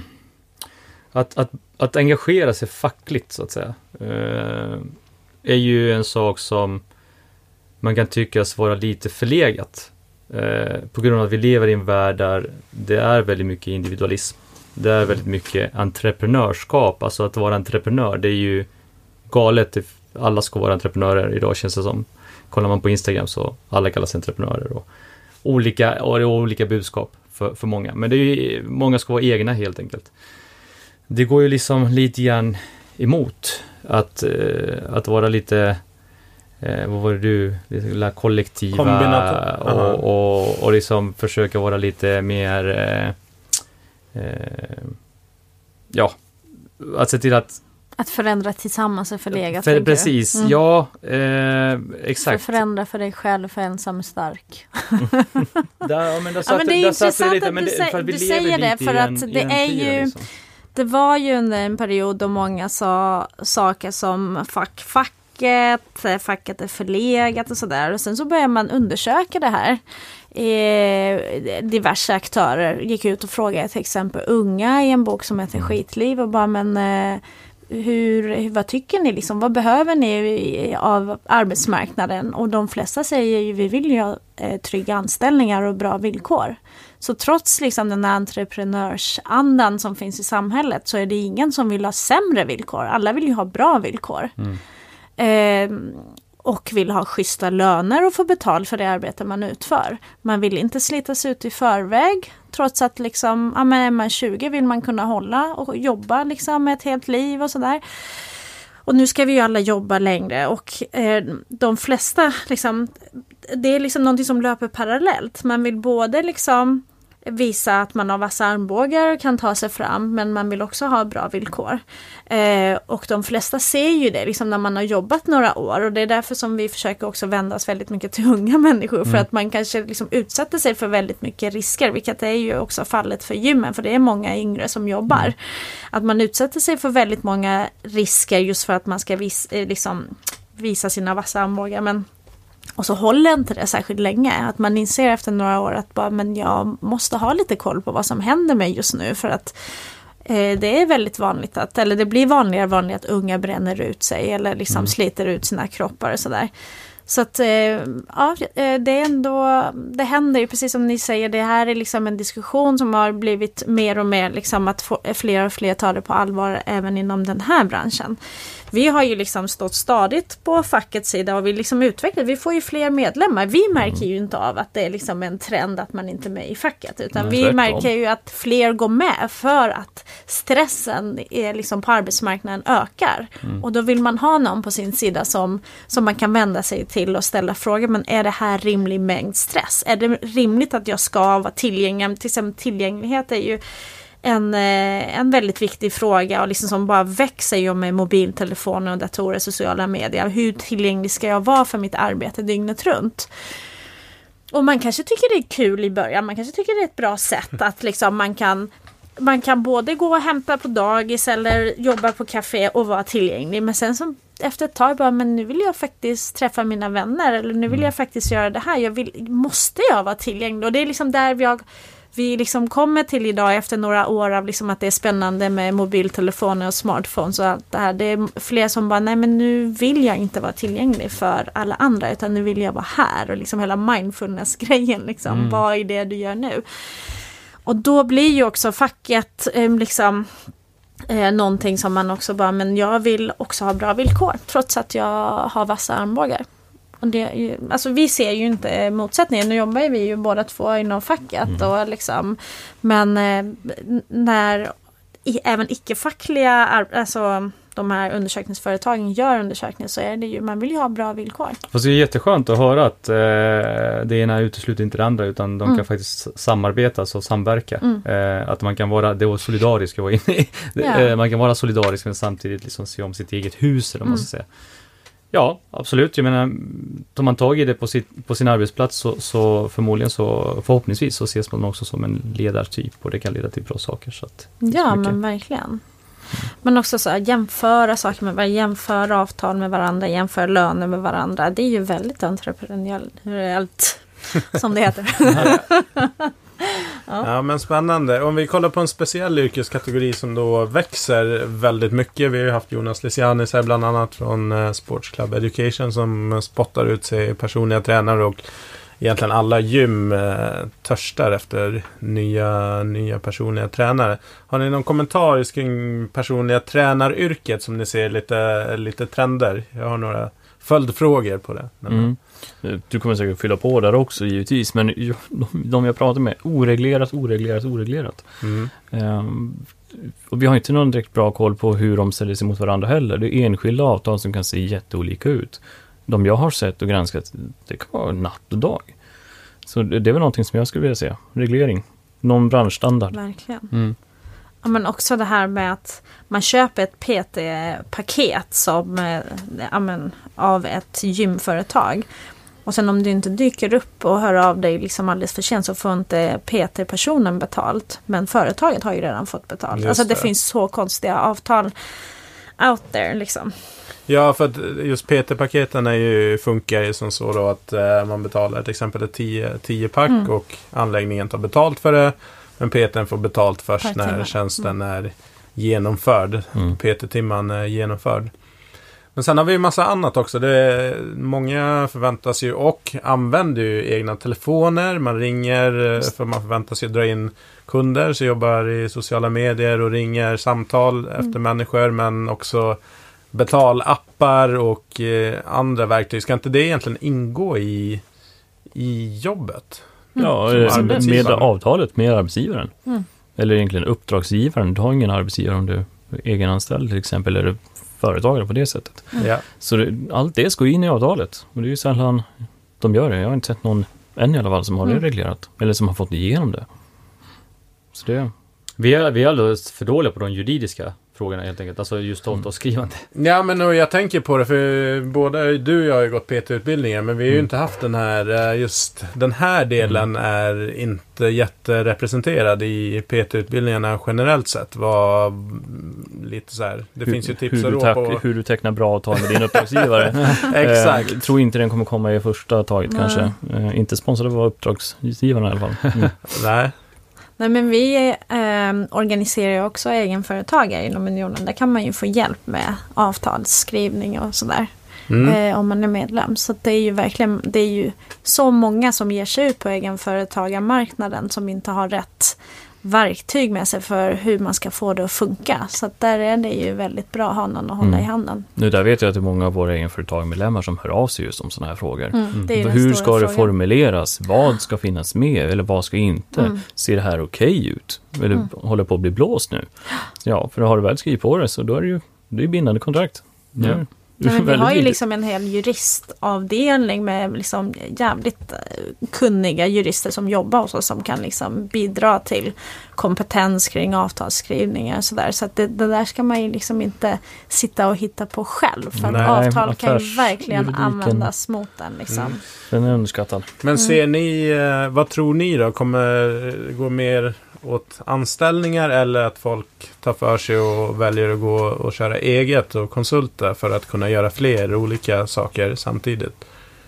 att, att, att engagera sig fackligt så att säga eh, är ju en sak som man kan tyckas vara lite förlegat. Eh, på grund av att vi lever i en värld där det är väldigt mycket individualism. Det är väldigt mycket entreprenörskap. Alltså att vara entreprenör, det är ju galet. Alla ska vara entreprenörer idag, känns det som. Kollar man på Instagram så alla kallas entreprenörer. Och olika, och det är olika budskap för, för många. Men det är ju, många ska vara egna helt enkelt. Det går ju liksom lite grann emot att, eh, att vara lite... Eh, vad var det du? Lite kollektiva Kombinator. och, och, och liksom försöka vara lite mer eh, eh, ja, att se till att Att förändra tillsammans är förlegat. för, tänker du? precis, Mm. ja eh, exakt. För förändra för dig själv, för ensam är stark. Där, ja, men där Ja, satt, men det är där satt intressant lite, att men du, det, sä- för att vi du lever säger det, lite för i en, att i det en är tid, ju, liksom. det var ju under en period då många sa saker som fuck facket, facket är förlegat och sådär. Och sen så börjar man undersöka det här. Eh, diverse aktörer gick ut och frågade till exempel unga i en bok som heter Skitliv och bara men eh, hur, vad tycker ni liksom, vad behöver ni av arbetsmarknaden? Och de flesta säger ju vi vill ju ha eh, trygga anställningar och bra villkor. Så trots liksom den här entreprenörsandan som finns i samhället så är det ingen som vill ha sämre villkor. Alla vill ju ha bra villkor. Mm. Eh, och vill ha schyssta löner och få betalt för det arbete man utför. Man vill inte slitas ut i förväg. Trots att liksom, ja, men är man tjugo vill man kunna hålla och jobba liksom ett helt liv och sådär. Och nu ska vi ju alla jobba längre och eh, de flesta liksom, det är liksom någonting som löper parallellt. Man vill både liksom visa att man har vassa armbågar och kan ta sig fram, men man vill också ha bra villkor. Eh, och de flesta ser ju det liksom när man har jobbat några år, och det är därför som vi försöker också vända oss väldigt mycket till unga människor, mm. för att man kanske liksom utsätter sig för väldigt mycket risker, vilket är ju också fallet för gymmen, för det är många yngre som jobbar. Mm. Att man utsätter sig för väldigt många risker just för att man ska vis, liksom, visa sina vassa armbågar, men och så håller inte det särskilt länge. Att man inser efter några år att bara, men jag måste ha lite koll på vad som händer mig just nu. För att eh, det är väldigt vanligt att, eller det blir vanligare och vanligare att unga bränner ut sig. Eller liksom mm. sliter ut sina kroppar och sådär. Så att eh, ja, det är ändå, det händer ju precis som ni säger, det här är liksom en diskussion som har blivit mer och mer liksom att få, fler och fler tar det på allvar även inom den här branschen. Vi har ju liksom stått stadigt på fackets sida och vi liksom utvecklar, vi får ju fler medlemmar. Vi märker mm. ju inte av att det är liksom en trend att man inte är med i facket, utan Nej, vi tvärtom. märker ju att fler går med för att stressen är liksom på arbetsmarknaden ökar. Mm. Och då vill man ha någon på sin sida som, som man kan vända sig till och ställa frågor, men är det här rimlig mängd stress? Är det rimligt att jag ska vara tillgänglig? Till exempel tillgänglighet är ju En, en väldigt viktig fråga och liksom som bara växer ju med mobiltelefoner och datorer, sociala medier. Hur tillgänglig ska jag vara för mitt arbete dygnet runt? Och man kanske tycker det är kul i början, man kanske tycker det är ett bra sätt att liksom man kan man kan både gå och hämta på dagis eller jobba på café och vara tillgänglig, men sen som efter ett tag bara, men nu vill jag faktiskt träffa mina vänner, eller nu vill jag faktiskt göra det här, jag vill, måste jag vara tillgänglig? Och det är liksom där jag vi liksom kommer till idag efter några år av liksom att det är spännande med mobiltelefoner och smartphones och allt det här. Det är fler som bara, nej men nu vill jag inte vara tillgänglig för alla andra, utan nu vill jag vara här, och liksom hela mindfulness-grejen liksom, mm. vad är det du gör nu? Och då blir ju också facket eh, liksom eh, någonting som man också bara, men jag vill också ha bra villkor trots att jag har vassa armbågar. Och det, alltså vi ser ju inte motsättningen. Nu jobbar vi ju båda två inom facket. Mm. Och liksom, men eh, när i, även icke-fackliga, alltså de här undersökningsföretagen gör undersökningar, så är det ju, man vill ju ha bra villkor. Fast det är jätteskönt att höra att eh, det ena utesluter inte det andra, utan de mm. kan faktiskt samarbeta och samverka. Mm. Eh, att man kan vara, det var solidarisk, vara inne i. Ja. Eh, man kan vara solidarisk men samtidigt liksom se om sitt eget hus, eller mm. måste säga. Ja, absolut. Jag menar, tar man tag i det på, sitt, på sin arbetsplats så, så förmodligen så, förhoppningsvis så ses man också som en ledartyp, och det kan leda till bra saker. Så att ja, men verkligen. Men också så här, jämföra saker med varandra, jämföra avtal med varandra, jämföra löner med varandra. Det är ju väldigt entreprenöriellt, som det heter. Ja. Ja, men spännande. Om vi kollar på en speciell yrkeskategori som då växer väldigt mycket. Vi har ju haft Jonas Lisianis här bland annat från uh, Sports Club Education som spottar ut sig personliga tränare, och egentligen alla gym uh, törstar efter nya, nya personliga tränare. Har ni någon kommentar kring personliga tränaryrket som ni ser lite, lite trender? Jag har några följdfrågor på det. Mm. Du kommer säkert fylla på där också givetvis, men de jag pratar med, oreglerat, oreglerat, oreglerat. Mm. Um, och vi har inte någon direkt bra koll på hur de ställer sig mot varandra heller. Det är enskilda avtal som kan se jätteolika ut. De jag har sett och granskat, det kan vara natt och dag. Så det är väl någonting som jag skulle vilja se. Reglering. Någon branschstandard. Verkligen. Mm. Ja, men också det här med att man köper ett P T-paket som, ja, men, av ett gymföretag. Och sen om du inte dyker upp och hör av dig liksom alldeles för sent, så får inte P T-personen betalt. Men företaget har ju redan fått betalt. Just alltså det, det finns så konstiga avtal out there liksom. Ja, för att just P T-paketen är ju, funkar ju som så då att eh, man betalar till exempel ett tio-pack mm. och anläggningen tar betalt för det. Men P T:n får betalt först när tjänsten mm. är genomförd. Mm. P T-timman är genomförd. Men sen har vi ju massa annat också. Det, många förväntas ju och använder ju egna telefoner. Man ringer för man förväntas ju dra in kunder. Så jobbar i sociala medier och ringer samtal mm. efter människor. Men också betalappar och eh, andra verktyg. Ska inte det egentligen ingå i, i jobbet? Ja, mm. med avtalet med arbetsgivaren. Mm. Eller egentligen uppdragsgivaren. Du har ingen arbetsgivare om du är egenanställd till exempel, eller företagare på det sättet. Mm. Ja. Så det, allt det ska in i avtalet. Och det är ju sällan de gör det. Jag har inte sett någon än i alla fall som har mm. det reglerat. Eller som har fått igenom det. Så det... Vi är, vi är alldeles för dåliga på de juridiska frågorna helt enkelt. Alltså just avtalsskrivande. Mm. Ja, men jag tänker på det, för både du och jag har ju gått P T-utbildningar, men vi har ju mm. inte haft den här, just den här delen mm. är inte jätterepresenterad i P T-utbildningarna generellt sett. Var lite så här, det hur, finns ju tips hur, och du råd tack, på... hur du tecknar bra avtal med din uppdragsgivare. Exakt. Eh, tror inte den kommer komma i första taget mm. kanske. Eh, inte sponsrad av uppdragsgivarna i alla fall. Mm. Nej. Nej, men vi eh, organiserar ju också egenföretagare inom unionen. Där kan man ju få hjälp med avtalsskrivning och sådär. Mm. Eh, om man är medlem. Så det är ju verkligen, det är ju så många som ger sig ut på egenföretagarmarknaden som inte har rätt verktyg med sig för hur man ska få det att funka. Så att där är det ju väldigt bra att ha någon att hålla mm. i handen. Nu där vet jag att det är många av våra egenföretagmedlemmar som hör av sig just om sådana här frågor. Mm. Mm. Hur ska frågan. det formuleras? Vad ska finnas med? Eller vad ska inte? Mm. Ser det här okej okay ut? Eller mm. håller på att bli blåst nu? Ja, för har du väl skrivit på det så då är det ju det är bindande kontrakt. Ja. Mm. Ja, men vi har ju liksom en hel juristavdelning med liksom jävligt kunniga jurister som jobbar hos oss som kan liksom bidra till kompetens kring avtalsskrivningar och sådär. Så att det, det där ska man ju liksom inte sitta och hitta på själv. För Nej, att avtal kan ju verkligen juridiken. användas mot den liksom. Mm. Den är underskattad. Men ser ni, vad tror ni då? Kommer gå mer åt anställningar eller att folk tar för sig och väljer att gå och köra eget och konsulta för att kunna göra fler olika saker samtidigt?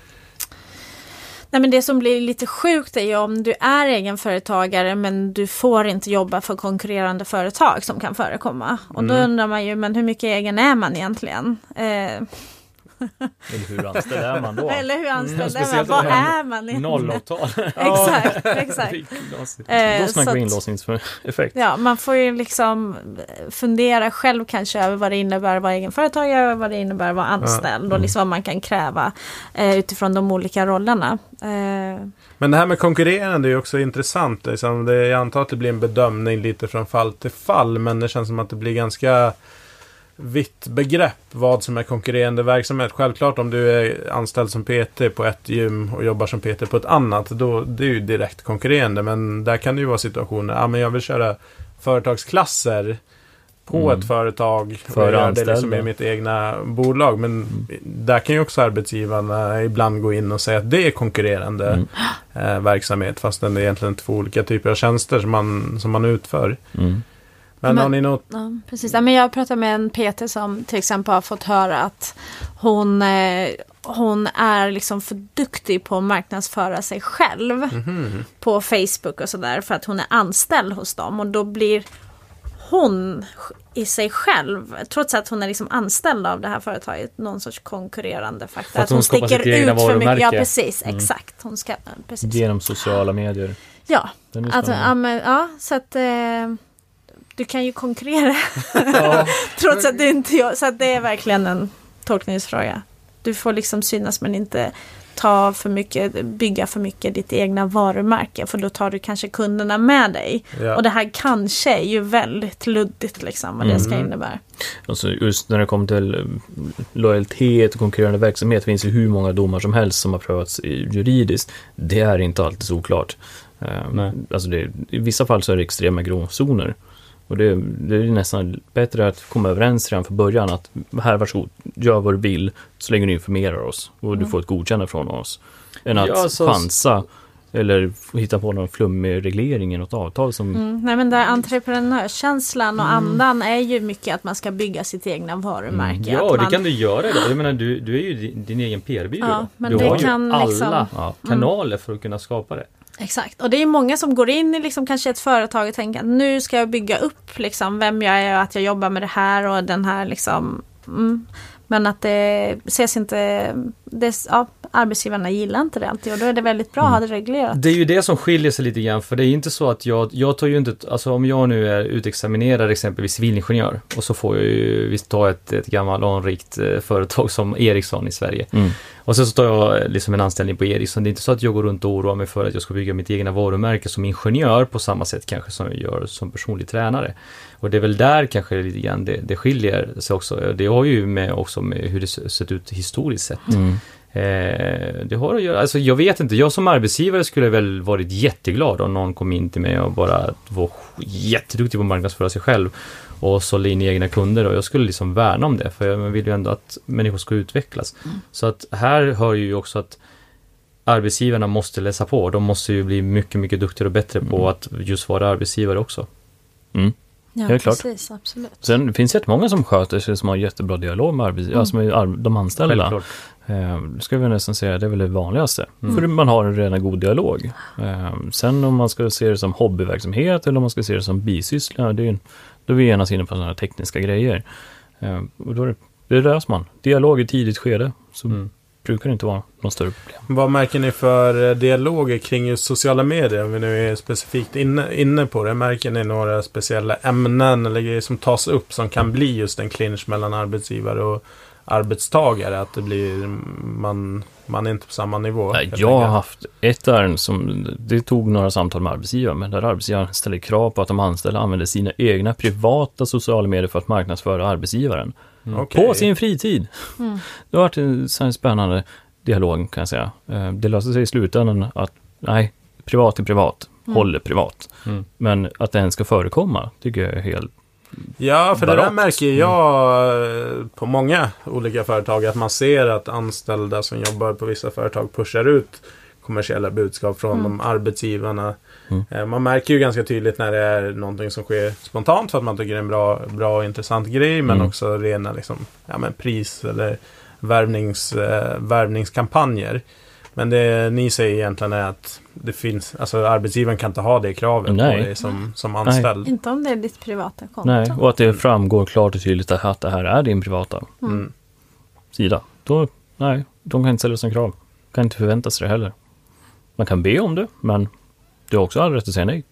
Nej, men det som blir lite sjukt är ju om du är egenföretagare men du får inte jobba för konkurrerande företag som kan förekomma. Och då mm. undrar man ju, men hur mycket egen är man egentligen? Eh, Eller hur anställd är man då? Eller hur anställd mm, är man? Vad är man egentligen? Nollavtal. Exakt, exakt. Då snackar vi inlåsningseffekt. Ja, man får ju liksom fundera själv kanske över vad det innebär att vara egenföretagare och vad det innebär att vara anställd mm. och liksom vad man kan kräva eh, utifrån de olika rollerna. Eh. Men det här med konkurrerande är ju också intressant. Liksom. Det, jag antar att det blir en bedömning lite från fall till fall, men det känns som att det blir ganska vitt begrepp vad som är konkurrerande verksamhet. Självklart om du är anställd som P T på ett gym och jobbar som P T på ett annat, då det är ju direkt konkurrerande, men där kan det ju vara situationer, ja men jag vill köra företagsklasser på mm. ett företag för och göra det liksom i mitt egna bolag, men mm. där kan ju också arbetsgivarna ibland gå in och säga att det är konkurrerande mm. eh, verksamhet, fast det är egentligen två olika typer av tjänster som man, som man utför. Mm. Men, Men har ni något? Ja, precis. Ja, men jag pratar med en P T som till exempel har fått höra att hon, eh, hon är liksom för duktig på att marknadsföra sig själv Mm-hmm. på Facebook och sådär för att hon är anställd hos dem och då blir hon i sig själv, trots att hon är liksom anställd av det här företaget, någon sorts konkurrerande faktor. För att Att hon, hon skapar sticker sitt egna ut för mycket. Ja, varumärke. precis. Mm. Exakt. Hon ska, precis. Genom sociala medier. Ja, Den är att, spännande. ja, men, ja, så att eh, du kan ju konkurrera Ja. trots att du inte gör. Så att det är verkligen en tolkningsfråga. Du får liksom synas men inte ta för mycket, bygga för mycket ditt egna varumärke för då tar du kanske kunderna med dig. Ja. Och det här kanske är ju väldigt luddigt liksom vad det ska Mm. innebära. Alltså just när det kommer till eh, lojalitet och konkurrerande verksamhet finns ju hur många domar som helst som har prövats i- juridiskt. Det är inte alltid så oklart. Eh, Nej. alltså det, i vissa fall så är det extrema gråzoner. Och det, det är nästan bättre att komma överens redan från början att här varsågod, gör vad du vill så länge du informerar oss och du Mm. får ett godkännande från oss. Än att Ja, så- chansa eller hitta på någon flummig reglering i något avtal som Mm. Nej men där entreprenörskänslan och andan är ju mycket att man ska bygga sitt egna varumärke. Ja, att och man, det kan du göra då. Jag menar, du, du är ju din, din egen P R-byrå. Ja, men du det har ju kan alla liksom- ja, kanaler för att kunna skapa det. Exakt, och det är många som går in i liksom kanske ett företag och tänker att nu ska jag bygga upp liksom vem jag är och att jag jobbar med det här och den här liksom mm. Men att det ses inte det, ja, arbetsgivarna gillar inte det alltid och då är det väldigt bra att ha det reglerat. Det är ju det som skiljer sig lite grann, för det är inte så att jag, jag tar ju inte, alltså om jag nu är utexaminerad exempelvis civilingenjör och så får jag ju, vi tar ett, ett gammalt anrikt eh, företag som Ericsson i Sverige. Mm. Och sen så tar jag liksom en anställning på Ericsson. Det är inte så att jag går runt och oroar mig för att jag ska bygga mitt egna varumärke som ingenjör på samma sätt kanske som jag gör som personlig tränare. Och det är väl där kanske lite grann det, det skiljer sig också. Det har ju med också med hur det sett ut historiskt sett. Mm. Eh, det har att göra, alltså jag vet inte, jag som arbetsgivare skulle väl varit jätteglad om någon kom in till mig och bara var jätteduktig på att marknadsföra sig själv och sålde in egna kunder och jag skulle liksom värna om det för jag vill ju ändå att människor ska utvecklas. Mm. Så att här hör ju också att arbetsgivarna måste läsa på, de måste ju bli mycket, mycket duktigare och bättre på Mm. att just vara arbetsgivare också. Mm. Ja, helt klart. precis, absolut. Sen finns det jättemånga som sköter sig som har jättebra dialog med arbets- Mm. alltså med ar- de anställda. Självklart. Eh, det ska vi nästan säga, det är väl det vanligaste. Mm. För man har en redan god dialog. Eh, sen om man ska se det som hobbyverksamhet eller om man ska se det som bisyssla, det är ju, då är vi gärna inne på sådana här tekniska grejer. Eh, och då är det, det löser man. Dialog i tidigt skede, så Mm. brukar det inte vara något större problem. Vad märker ni för dialoger kring just sociala medier? Om vi nu är specifikt inne, inne på det. Märker ni några speciella ämnen eller grejer som tas upp som kan bli just en clinch mellan arbetsgivare och arbetstagare? Att det blir, man, man är inte på samma nivå. Nej, helt jag har enkelt. haft ett ärende som, det tog några samtal med arbetsgivaren, men där arbetsgivaren ställer krav på att de anställda använder sina egna privata sociala medier för att marknadsföra arbetsgivaren. Mm. Okej. På sin fritid. Mm. Det har varit en sån här spännande dialog kan jag säga. Eh, Det löste sig i slutändan att nej, privat är privat, Mm. håller privat. Mm. Men att det ens ska förekomma tycker jag är helt... Ja, för det där Barockt. märker jag eh, på många olika företag. Att man ser att anställda som jobbar på vissa företag pushar ut kommersiella budskap från Mm. de arbetsgivarna. Mm. Eh, Man märker ju ganska tydligt när det är någonting som sker spontant för att man tycker det är en bra, bra och intressant grej. Men Mm. också rena liksom, ja, men pris- eller värvnings, eh, värvningskampanjer. Men det ni säger egentligen är att det finns, alltså arbetsgivaren kan inte ha det kravet Nej. på dig som, som anställd. Inte om det är ditt privata konto. Nej, och att det framgår klart och tydligt att det här är din privata Mm. sida. Då, nej, de kan inte ställa som krav. Kan inte förvänta sig det heller. Man kan be om det, men du har också all rätt att säga nej.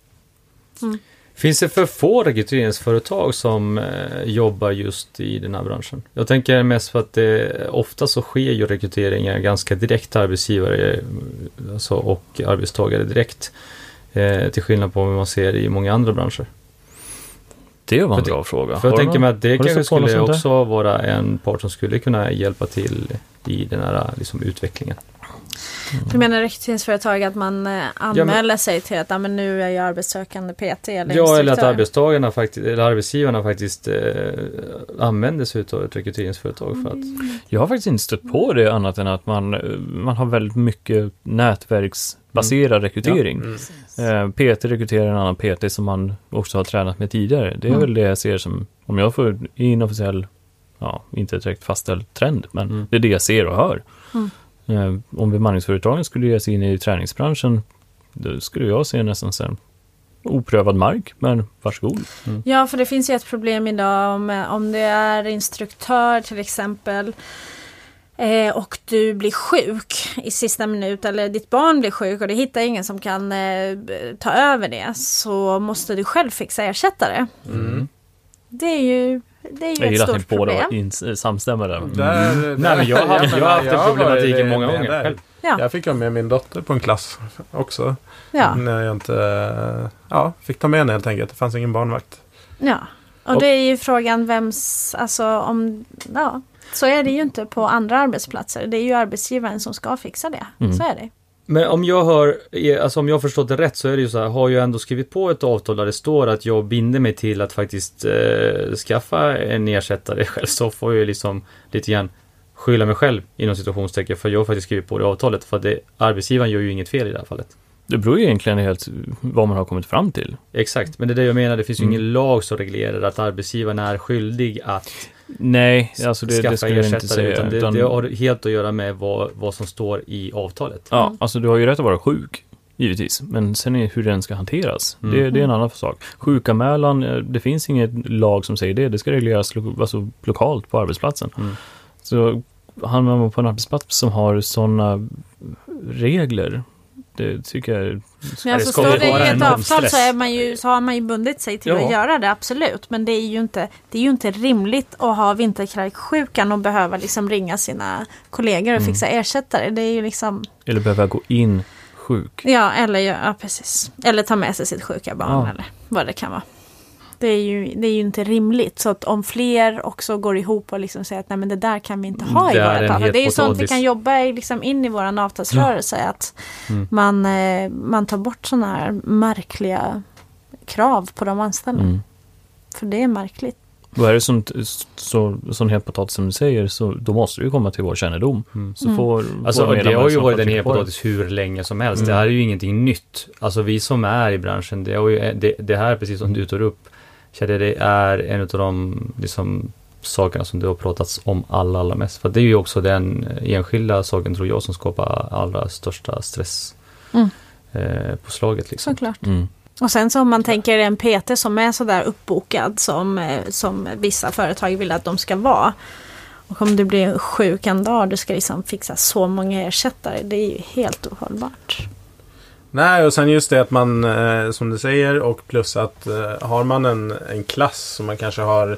Finns det för få rekryteringsföretag som eh, jobbar just i den här branschen? Jag tänker mest för att det, ofta så sker ju rekryteringar ganska direkt till arbetsgivare eh, alltså, och arbetstagare direkt. Eh, till skillnad på vad man ser i många andra branscher. Det var en För bra fråga. För jag Har du tänker någon- mig att det har du kanske stött på något skulle sånt där? också vara en part som skulle kunna hjälpa till i den här liksom, utvecklingen. Mm. Du menar rekryteringsföretag att man eh, anmäler ja, men, sig till att ah, men nu är jag arbetssökande P T eller ja, eller att arbetstagarna faktiskt, eller arbetsgivarna faktiskt eh, använder sig av ett rekryteringsföretag för att... Jag har faktiskt inte stött på det annat än att man, man har väldigt mycket nätverksbaserad mm. rekrytering. Ja. Mm. Eh, P T rekryterar en annan P T som man också har tränat med tidigare. Det är mm. väl det jag ser som, om jag får inofficiell, ja, inte direkt fastställd trend, men mm. det är det jag ser och hör. Mm. Eh, om bemanningsföretagen skulle ge sig in i träningsbranschen, då skulle jag se nästan sen oprövad mark, men varsågod. Mm. Ja, för det finns ju ett problem idag om, om det är instruktör till exempel eh, och du blir sjuk i sista minut eller ditt barn blir sjuk och det hittar ingen som kan eh, ta över det, så måste du själv fixa ersättare. Mm. Det är ju Det är ju jag ett stort problem. Jag gillar att båda samstämmer där. Mm. där, där Nej, men jag har haft, jag har haft den problematiken många gånger själv. Ja. Jag fick ha med min dotter på en klass också. Ja. När jag inte ja, fick ta med henne helt enkelt. Det fanns ingen barnvakt. Ja, och, och det är ju frågan vems, alltså om, ja, så är det ju inte på andra arbetsplatser. Det är ju arbetsgivaren som ska fixa det. Mm. Så är det. Men om jag hör, alltså om jag har förstått det rätt så är det ju så här, har jag ändå skrivit på ett avtal där det står att jag binder mig till att faktiskt eh, skaffa en ersättare själv, så får jag liksom lite grann skylla mig själv inom situationstecken, för jag har faktiskt skrivit på det avtalet, för att det, arbetsgivaren gör ju inget fel i det här fallet. Det beror ju egentligen helt vad man har kommit fram till. Exakt, men det är det jag menar, det finns ju mm. ingen lag som reglerar att arbetsgivaren är skyldig att Nej, alltså det, det skulle jag inte säga. Utan det, utan det har helt att göra med vad, vad som står i avtalet. Ja, mm. alltså du har ju rätt att vara sjuk, givetvis. Men sen är hur den ska hanteras. Mm. Det, det är en annan sak. Sjukanmälan, det finns inget lag som säger det. Det ska regleras lo- alltså, lokalt på arbetsplatsen. Mm. Så hamnar man på en arbetsplats som har sådana regler, det tycker jag... Men alltså, står det i ett avtal så, är man ju, så har man ju bundit sig till ja. att göra det, absolut. Men det är ju inte, det är ju inte rimligt att ha vinterkräksjukan och behöva liksom ringa sina kollegor och mm. fixa ersättare. Det är ju liksom... Eller behöva gå in sjuk. Ja, eller ja, precis. Eller ta med sig sitt sjuka barn ja. eller vad det kan vara. Det är, ju, det är ju inte rimligt. Så att om fler också går ihop och liksom säger att nej, men det där kan vi inte ha i våra avtal. Det är ju sånt vi kan jobba liksom in i våran avtalsrörelse. Ja. Att mm. man, eh, man tar bort såna här märkliga krav på de anställda. Mm. För det är märkligt. Vad är det sånt, så, sån helt potatis som du säger, så då måste det ju komma till vår kännedom. Mm. Så får, mm. alltså, får det har ju varit en helt potatis hur länge som helst. Mm. Det här är ju ingenting nytt. Alltså vi som är i branschen, det, har ju, det, det här precis som du tar upp, det är en av de liksom, sakerna som det har pratats om allra, allra mest. För det är ju också den enskilda saken, tror jag, som skapar allra största stress mm. eh, på slaget. Liksom. Såklart. Mm. Och sen så om man tänker en P T som är så där uppbokad som, som vissa företag vill att de ska vara. Och om du blir sjuk en dag, du ska liksom fixa så många ersättare. Det är ju helt ohållbart. Nej, och sen just det att man, eh, som du säger, och plus att eh, har man en, en klass som man kanske har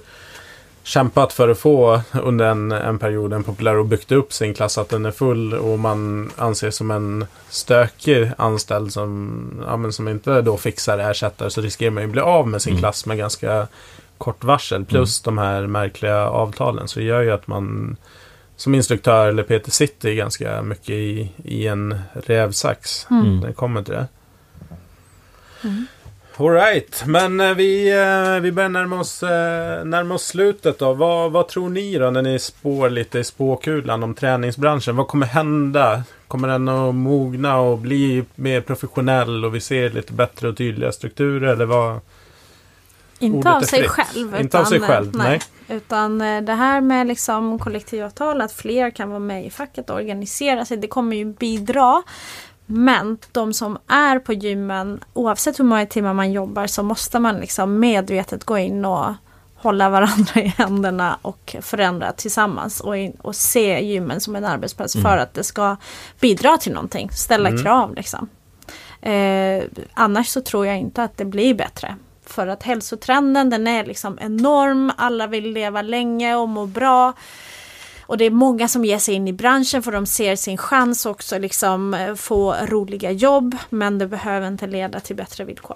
kämpat för att få under en, en period, en populär, och byggt upp sin klass att den är full och man anser som en stökig anställd som, ja, men som inte då fixar ersättare, så riskerar man ju bli av med sin mm. klass med ganska kort varsel. Plus mm. de här märkliga avtalen, så gör ju att man som instruktör eller P T sitter ganska mycket i, i en rävsax. Mm. Det kommer till det. Mm. All right, men vi, vi börjar närma oss, närma oss slutet då. Vad, vad tror ni då när ni spår lite i spåkulan om träningsbranschen? Vad kommer hända? Kommer den att mogna och bli mer professionell och vi ser lite bättre och tydliga strukturer? Eller vad? Inte av sig själv. Inte utan, av sig själv, nej. nej. Utan det här med liksom kollektivavtal, att fler kan vara med i facket och organisera sig, det kommer ju bidra. Men de som är på gymmen, oavsett hur många timmar man jobbar, så måste man liksom medvetet gå in och hålla varandra i händerna och förändra tillsammans och, in, och se gymmen som en arbetsplats mm. för att det ska bidra till någonting. Ställa mm. krav liksom. Eh, annars så tror jag inte att det blir bättre. För att hälsotrenden, den är liksom enorm. Alla vill leva länge och må bra. Och det är många som ger sig in i branschen för de ser sin chans också liksom få roliga jobb. Men det behöver inte leda till bättre villkor.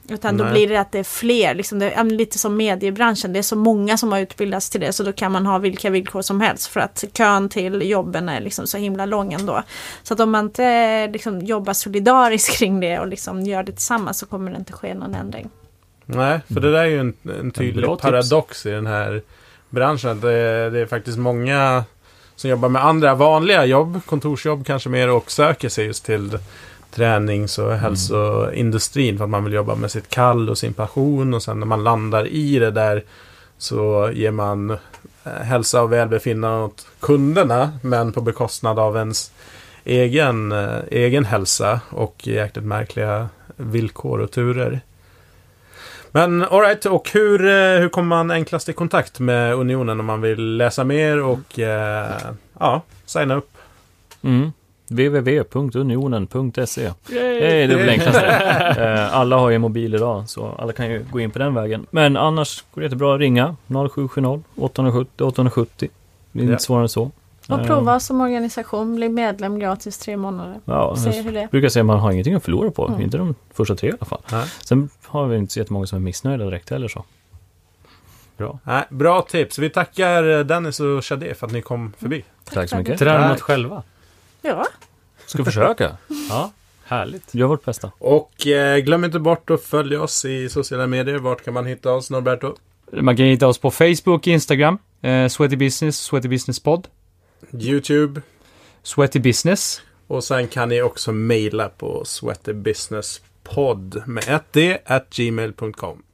Utan då Nej. blir det att det är fler, liksom det är lite som mediebranschen. Det är så många som har utbildats till det, så då kan man ha vilka villkor som helst för att kön till jobben är liksom så himla lång ändå. Så att om man inte liksom jobbar solidariskt kring det och liksom gör det tillsammans, så kommer det inte ske någon ändring. Nej, för det där är ju en, en tydlig bra tips. paradox i den här branschen. Det, det är faktiskt många som jobbar med andra vanliga jobb, kontorsjobb kanske mer, och söker sig just till tränings- och hälsoindustrin för att man vill jobba med sitt kall och sin passion, och sen när man landar i det där så ger man eh, hälsa och välbefinnande åt kunderna, men på bekostnad av ens egen, eh, egen hälsa och jäkligt märkliga villkor och turer. Men all right, och hur, eh, hur kommer man enklast i kontakt med Unionen om man vill läsa mer och eh, ja, signa upp? Mm. w w w punkt unionen punkt se. Hey, det är väl enklast. Eh, alla har ju mobil idag, så alla kan ju gå in på den vägen. Men annars går det jättebra att ringa noll sju sju noll åtta sju noll åtta sju noll. Det är inte Ja. svårare än så. Och Eh, prova som organisation, bli medlem gratis tre månader. Ja, Se jag hur det är. brukar säga att man har ingenting att förlora på. Mm. Inte de första tre i alla fall. Nej. Sen har vi inte så jättemånga som är missnöjda direkt eller så. Bra. Nej, bra tips. Vi tackar Dennis och Shadé för att ni kom förbi. Tack så mycket. Träna Tack. något själva. Ja. Ska försöka. Ja, härligt. Gör vårt bästa. Och eh, glöm inte bort att följa oss i sociala medier. Vart kan man hitta oss, Norberto? Man kan hitta oss på Facebook, Instagram, eh, Sweaty Business, Sweaty Business Pod, YouTube. Sweaty Business. Och sen kan ni också mejla på sweatybusinesspodd med ett d at gmail punkt com.